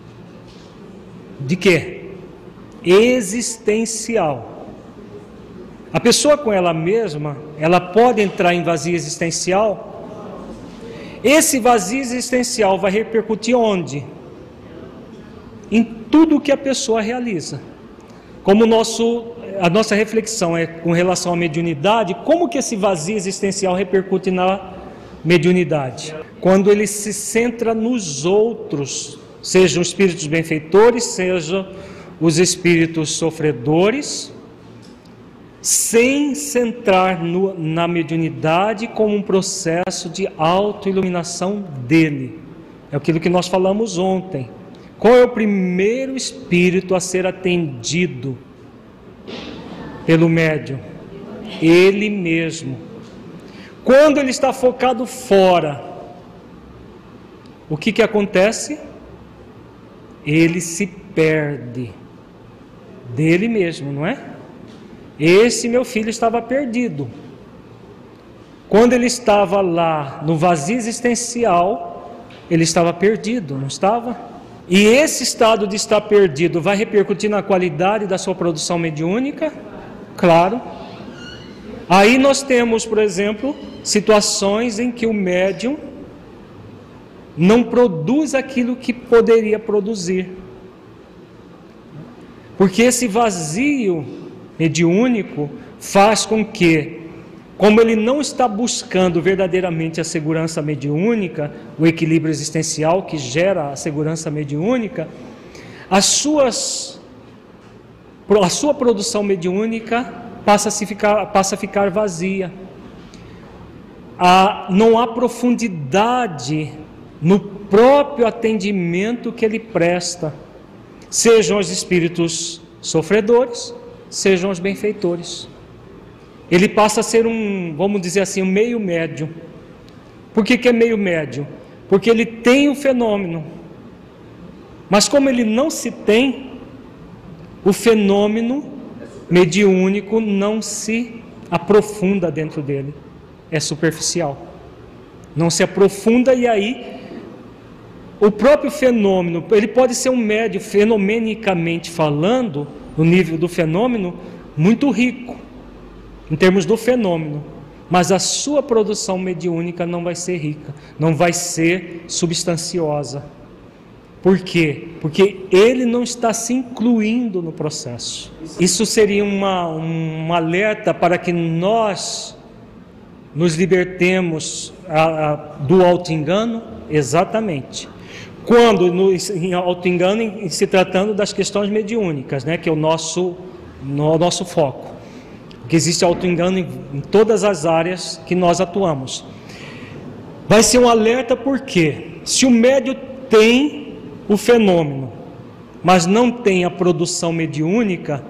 de quê? Existencial. A pessoa com ela mesma, ela pode entrar em vazio existencial. Esse vazio existencial vai repercutir onde? Em tudo que a pessoa realiza. Como o nosso, a nossa reflexão é com relação à mediunidade, como que esse vazio existencial repercute na mediunidade? Quando ele se centra nos outros, sejam os espíritos benfeitores, sejam os espíritos sofredores, sem centrar no, na mediunidade como um processo de autoiluminação dele. É aquilo que nós falamos ontem. Qual é o primeiro espírito a ser atendido pelo médium? Ele mesmo. Quando ele está focado fora, o que que acontece? Ele se perde dele mesmo, não é? Esse meu filho estava perdido. Quando ele estava lá no vazio existencial, ele estava perdido, não estava? E esse estado de estar perdido vai repercutir na qualidade da sua produção mediúnica? Claro. Aí nós temos, por exemplo, situações em que o médium não produz aquilo que poderia produzir. Porque esse vazio mediúnico faz com que, como ele não está buscando verdadeiramente a segurança mediúnica, o equilíbrio existencial que gera a segurança mediúnica, as suas, a sua produção mediúnica passa a, se ficar, passa a ficar vazia. Ah, não há profundidade no próprio atendimento que ele presta, sejam os espíritos sofredores, sejam os benfeitores. Ele passa a ser um, vamos dizer assim, um meio médio. Por que que é meio médio? Porque ele tem o fenômeno, mas como ele não se tem, o fenômeno mediúnico não se aprofunda dentro dele, é superficial, não se aprofunda, e aí o próprio fenômeno, ele pode ser um médio, fenomenicamente falando, no nível do fenômeno, muito rico, em termos do fenômeno, mas a sua produção mediúnica não vai ser rica, não vai ser substanciosa. Por quê? Porque ele não está se incluindo no processo. Isso seria uma, um alerta para que nós nos libertemos a, a, do auto-engano, exatamente. Quando, no, em auto-engano, em, em se tratando das questões mediúnicas, né, que é o nosso, no, nosso foco. Que existe auto-engano em, em todas as áreas que nós atuamos. Vai ser um alerta porque, se o médium tem o fenômeno, mas não tem a produção mediúnica,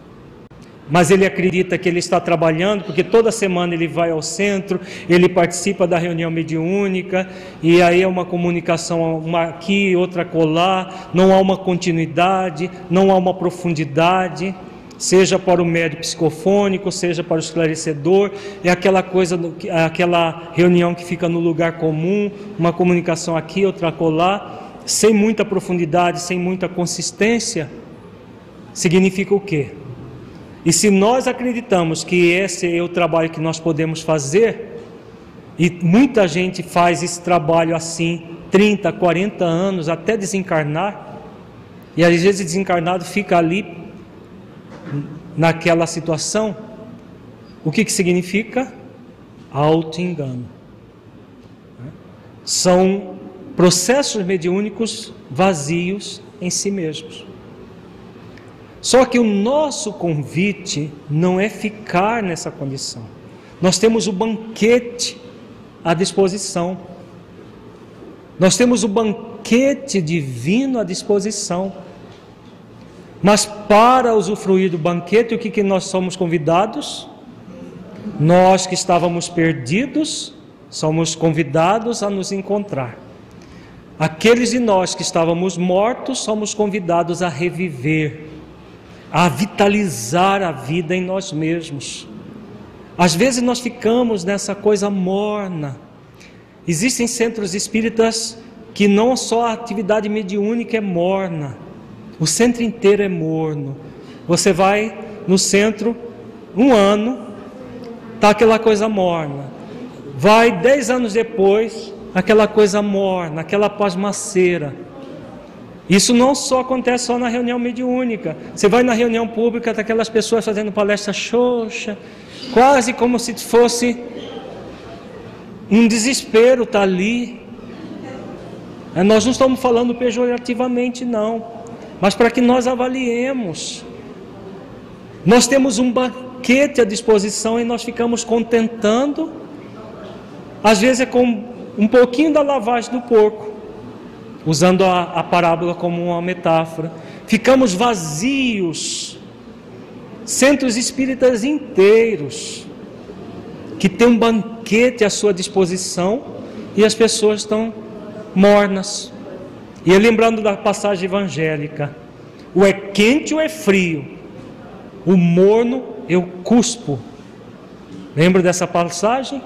mas ele acredita que ele está trabalhando, porque toda semana ele vai ao centro, ele participa da reunião mediúnica, e aí é uma comunicação, uma aqui, outra acolá, não há uma continuidade, não há uma profundidade, seja para o médium psicofônico, seja para o esclarecedor, é aquela coisa, aquela reunião que fica no lugar comum, uma comunicação aqui, outra acolá, sem muita profundidade, sem muita consistência. Significa o quê? E se nós acreditamos que esse é o trabalho que nós podemos fazer, e muita gente faz esse trabalho assim, trinta, quarenta anos, até desencarnar, e às vezes desencarnado fica ali, naquela situação, o que que significa? Auto-engano. São processos mediúnicos vazios em si mesmos. Só que o nosso convite não é ficar nessa condição. Nós temos o banquete à disposição. Nós temos o banquete divino à disposição. Mas para usufruir do banquete, o que, que nós somos convidados? Nós que estávamos perdidos, somos convidados a nos encontrar. Aqueles de nós que estávamos mortos, somos convidados a reviver, a vitalizar a vida em nós mesmos. Às vezes nós ficamos nessa coisa morna. Existem centros espíritas que não só a atividade mediúnica é morna, o centro inteiro é morno. Você vai no centro um ano, está aquela coisa morna. Vai dez anos depois, aquela coisa morna, aquela pasmaceira. Isso não só acontece só na reunião mediúnica. Você vai na reunião pública, tá aquelas pessoas fazendo palestra xoxa, quase como se fosse um desespero, está ali. Nós não estamos falando pejorativamente, não. Mas para que nós avaliemos, nós temos um banquete à disposição e nós ficamos contentando, às vezes é com um pouquinho da lavagem do porco, usando a, a parábola como uma metáfora. Ficamos vazios, centros espíritas inteiros, que tem um banquete à sua disposição e as pessoas estão mornas. E lembrando da passagem evangélica, ou é quente ou é frio, o morno eu cuspo. Lembra dessa passagem?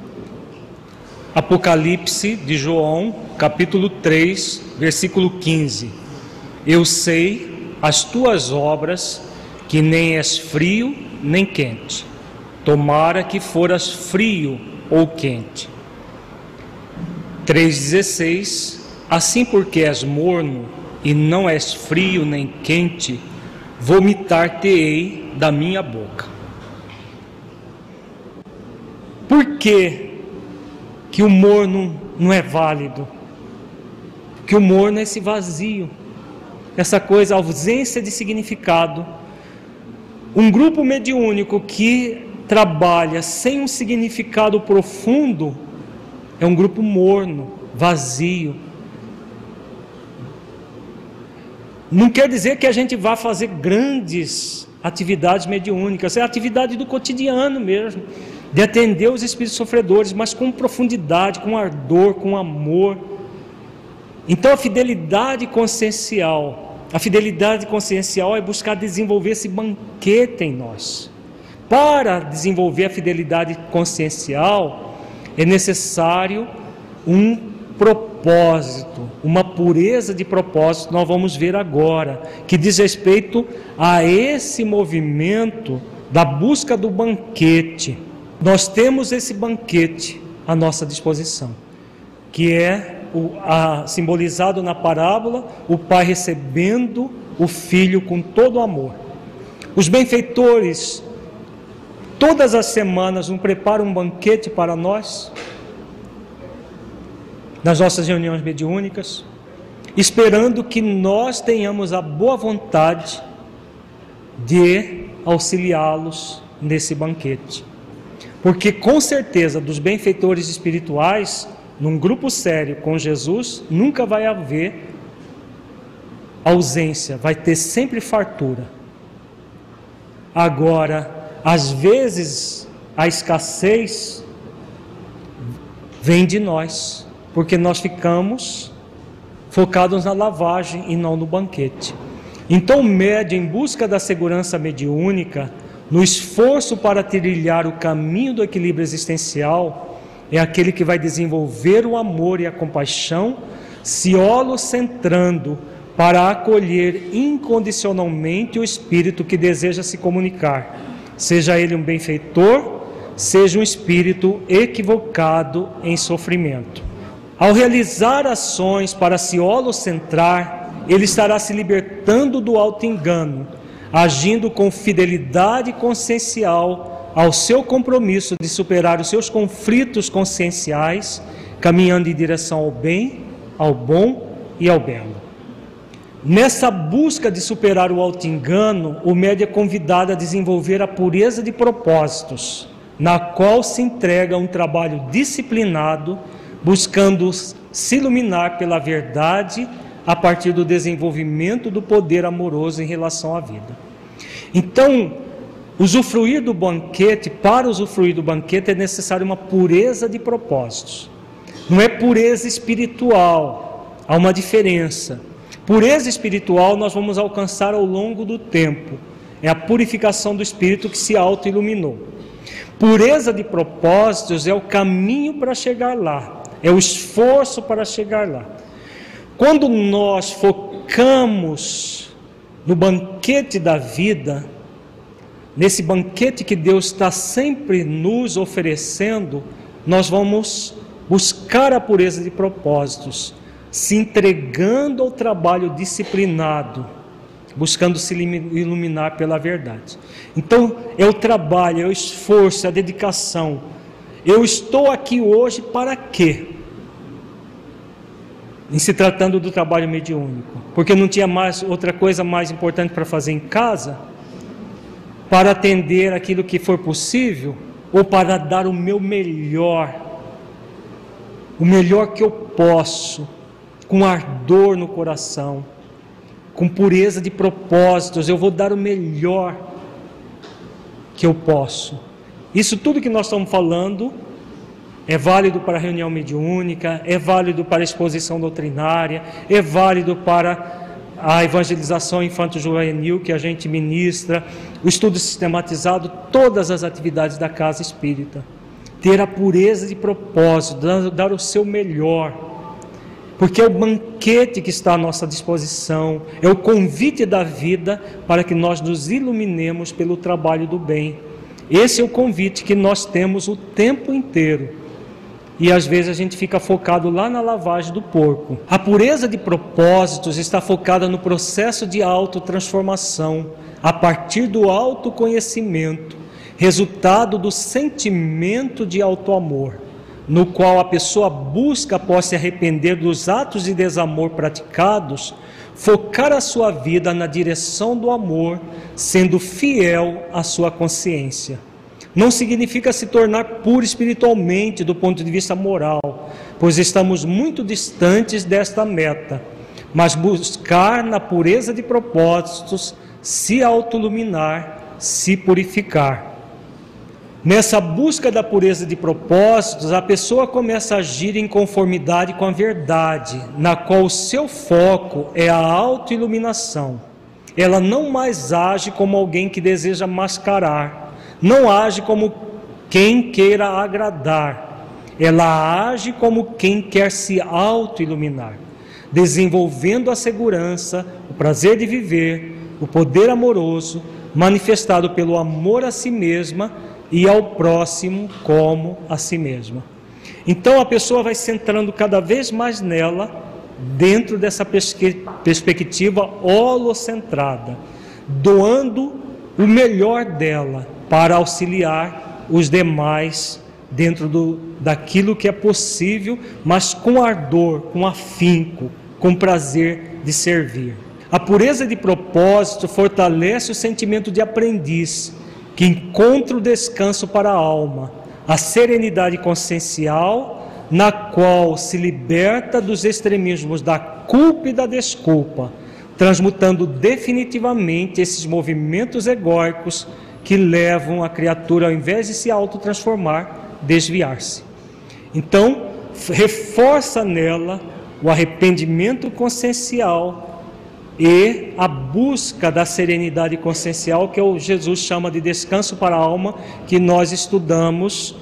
Apocalipse de João, capítulo três, versículo quinze. Eu sei as tuas obras, que nem és frio nem quente. Tomara que foras frio ou quente. três dezesseis. Assim, porque és morno e não és frio nem quente, vomitar-te-ei da minha boca. Por que que o morno não é válido? Porque o morno é esse vazio, essa coisa, ausência de significado. Um grupo mediúnico que trabalha sem um significado profundo é um grupo morno, vazio. Não quer dizer que a gente vá fazer grandes atividades mediúnicas, é a atividade do cotidiano mesmo, de atender os espíritos sofredores, mas com profundidade, com ardor, com amor. Então a fidelidade consciencial, a fidelidade consciencial é buscar desenvolver esse banquete em nós. Para desenvolver a fidelidade consciencial, é necessário um propósito, uma pureza de propósito, nós vamos ver agora, que diz respeito a esse movimento da busca do banquete. Nós temos esse banquete à nossa disposição, que é o, a, simbolizado na parábola, o pai recebendo o filho com todo amor. Os benfeitores, todas as semanas, não preparam um banquete para nós, nas nossas reuniões mediúnicas, esperando que nós tenhamos a boa vontade de auxiliá-los nesse banquete. Porque com certeza dos benfeitores espirituais, num grupo sério com Jesus, nunca vai haver ausência, vai ter sempre fartura. Agora, às vezes a escassez vem de nós, porque nós ficamos focados na lavagem e não no banquete. Então o médium, em busca da segurança mediúnica, no esforço para trilhar o caminho do equilíbrio existencial, é aquele que vai desenvolver o amor e a compaixão, se holocentrando para acolher incondicionalmente o espírito que deseja se comunicar, seja ele um benfeitor, seja um espírito equivocado em sofrimento. Ao realizar ações para se holocentrar, ele estará se libertando do auto-engano, agindo com fidelidade consciencial ao seu compromisso de superar os seus conflitos conscienciais, caminhando em direção ao bem, ao bom e ao belo. Nessa busca de superar o auto-engano, o médium é convidado a desenvolver a pureza de propósitos, na qual se entrega a um trabalho disciplinado, buscando se iluminar pela verdade a partir do desenvolvimento do poder amoroso em relação à vida. Então, usufruir do banquete, para usufruir do banquete é necessário uma pureza de propósitos. Não é pureza espiritual, há uma diferença. Pureza espiritual nós vamos alcançar ao longo do tempo. É a purificação do espírito que se auto-iluminou. Pureza de propósitos é o caminho para chegar lá. É o esforço para chegar lá. Quando nós focamos no banquete da vida, nesse banquete que Deus está sempre nos oferecendo, nós vamos buscar a pureza de propósitos, se entregando ao trabalho disciplinado, buscando se iluminar pela verdade. Então, é o trabalho, é o esforço, é a dedicação. Eu estou aqui hoje para quê? Em se tratando do trabalho mediúnico, porque não tinha mais outra coisa mais importante para fazer em casa, para atender aquilo que for possível, ou para dar o meu melhor, o melhor que eu posso, com ardor no coração, com pureza de propósitos. Eu vou dar o melhor que eu posso. Isso tudo que nós estamos falando é válido para a reunião mediúnica, é válido para a exposição doutrinária, é válido para a evangelização infanto-juvenil que a gente ministra, o estudo sistematizado, todas as atividades da casa espírita. Ter a pureza de propósito, dar, dar o seu melhor, porque é o banquete que está à nossa disposição, é o convite da vida para que nós nos iluminemos pelo trabalho do bem. Esse é o convite que nós temos o tempo inteiro. E às vezes a gente fica focado lá na lavagem do porco. A pureza de propósitos está focada no processo de autotransformação, a partir do autoconhecimento, resultado do sentimento de autoamor, no qual a pessoa busca, após se arrepender dos atos de desamor praticados, focar a sua vida na direção do amor, sendo fiel à sua consciência. Não significa se tornar puro espiritualmente do ponto de vista moral, pois estamos muito distantes desta meta, mas buscar na pureza de propósitos, se autoiluminar, se purificar. Nessa busca da pureza de propósitos, a pessoa começa a agir em conformidade com a verdade, na qual o seu foco é a autoiluminação. Ela não mais age como alguém que deseja mascarar, não age como quem queira agradar, ela age como quem quer se autoiluminar, desenvolvendo a segurança, o prazer de viver, o poder amoroso, manifestado pelo amor a si mesma e ao próximo como a si mesma. Então a pessoa vai centrando cada vez mais nela, dentro dessa perspectiva holocentrada, doando o melhor dela para auxiliar os demais dentro do, daquilo que é possível, mas com ardor, com afinco, com prazer de servir. A pureza de propósito fortalece o sentimento de aprendiz, que encontra o descanso para a alma, a serenidade consciencial, na qual se liberta dos extremismos da culpa e da desculpa, transmutando definitivamente esses movimentos egóicos que levam a criatura, ao invés de se autotransformar, desviar-se. Então, reforça nela o arrependimento consciencial e a busca da serenidade consciencial, que o Jesus chama de descanso para a alma, que nós estudamos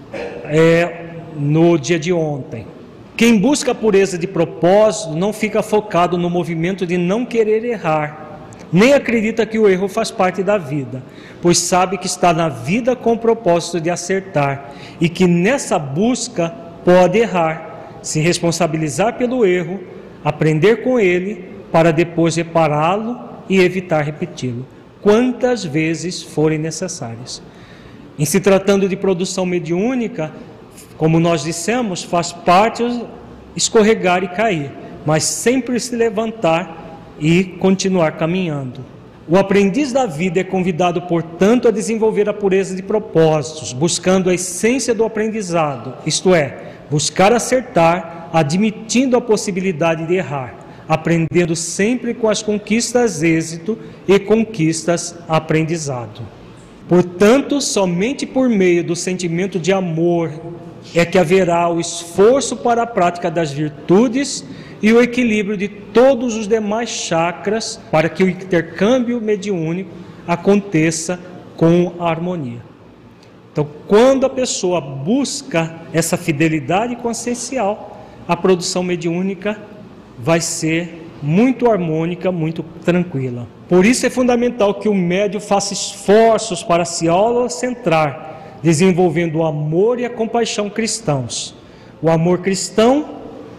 é, no dia de ontem. Quem busca a pureza de propósito não fica focado no movimento de não querer errar, nem acredita que o erro faz parte da vida, pois sabe que está na vida com o propósito de acertar e que nessa busca pode errar, se responsabilizar pelo erro, aprender com ele, para depois repará-lo e evitar repeti-lo, quantas vezes forem necessárias. Em se tratando de produção mediúnica, como nós dissemos, faz parte escorregar e cair, mas sempre se levantar e continuar caminhando. O aprendiz da vida é convidado, portanto, a desenvolver a pureza de propósitos, buscando a essência do aprendizado, isto é, buscar acertar, admitindo a possibilidade de errar, aprendendo sempre com as conquistas êxito e conquistas aprendizado. Portanto, somente por meio do sentimento de amor é que haverá o esforço para a prática das virtudes e o equilíbrio de todos os demais chakras para que o intercâmbio mediúnico aconteça com harmonia. Então, quando a pessoa busca essa fidelidade consciencial, a produção mediúnica vai ser muito harmônica, muito tranquila. Por isso é fundamental que o médium faça esforços para se holocentrar, desenvolvendo o amor e a compaixão cristãos. O amor cristão,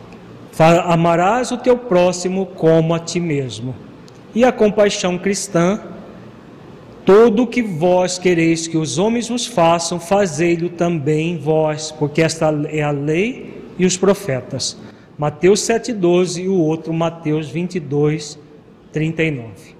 amarás o teu próximo como a ti mesmo. E a compaixão cristã, tudo o que vós quereis que os homens vos façam, fazei-lo também vós, porque esta é a lei e os profetas. Mateus sete, doze e o outro Mateus vinte e dois, trinta e nove.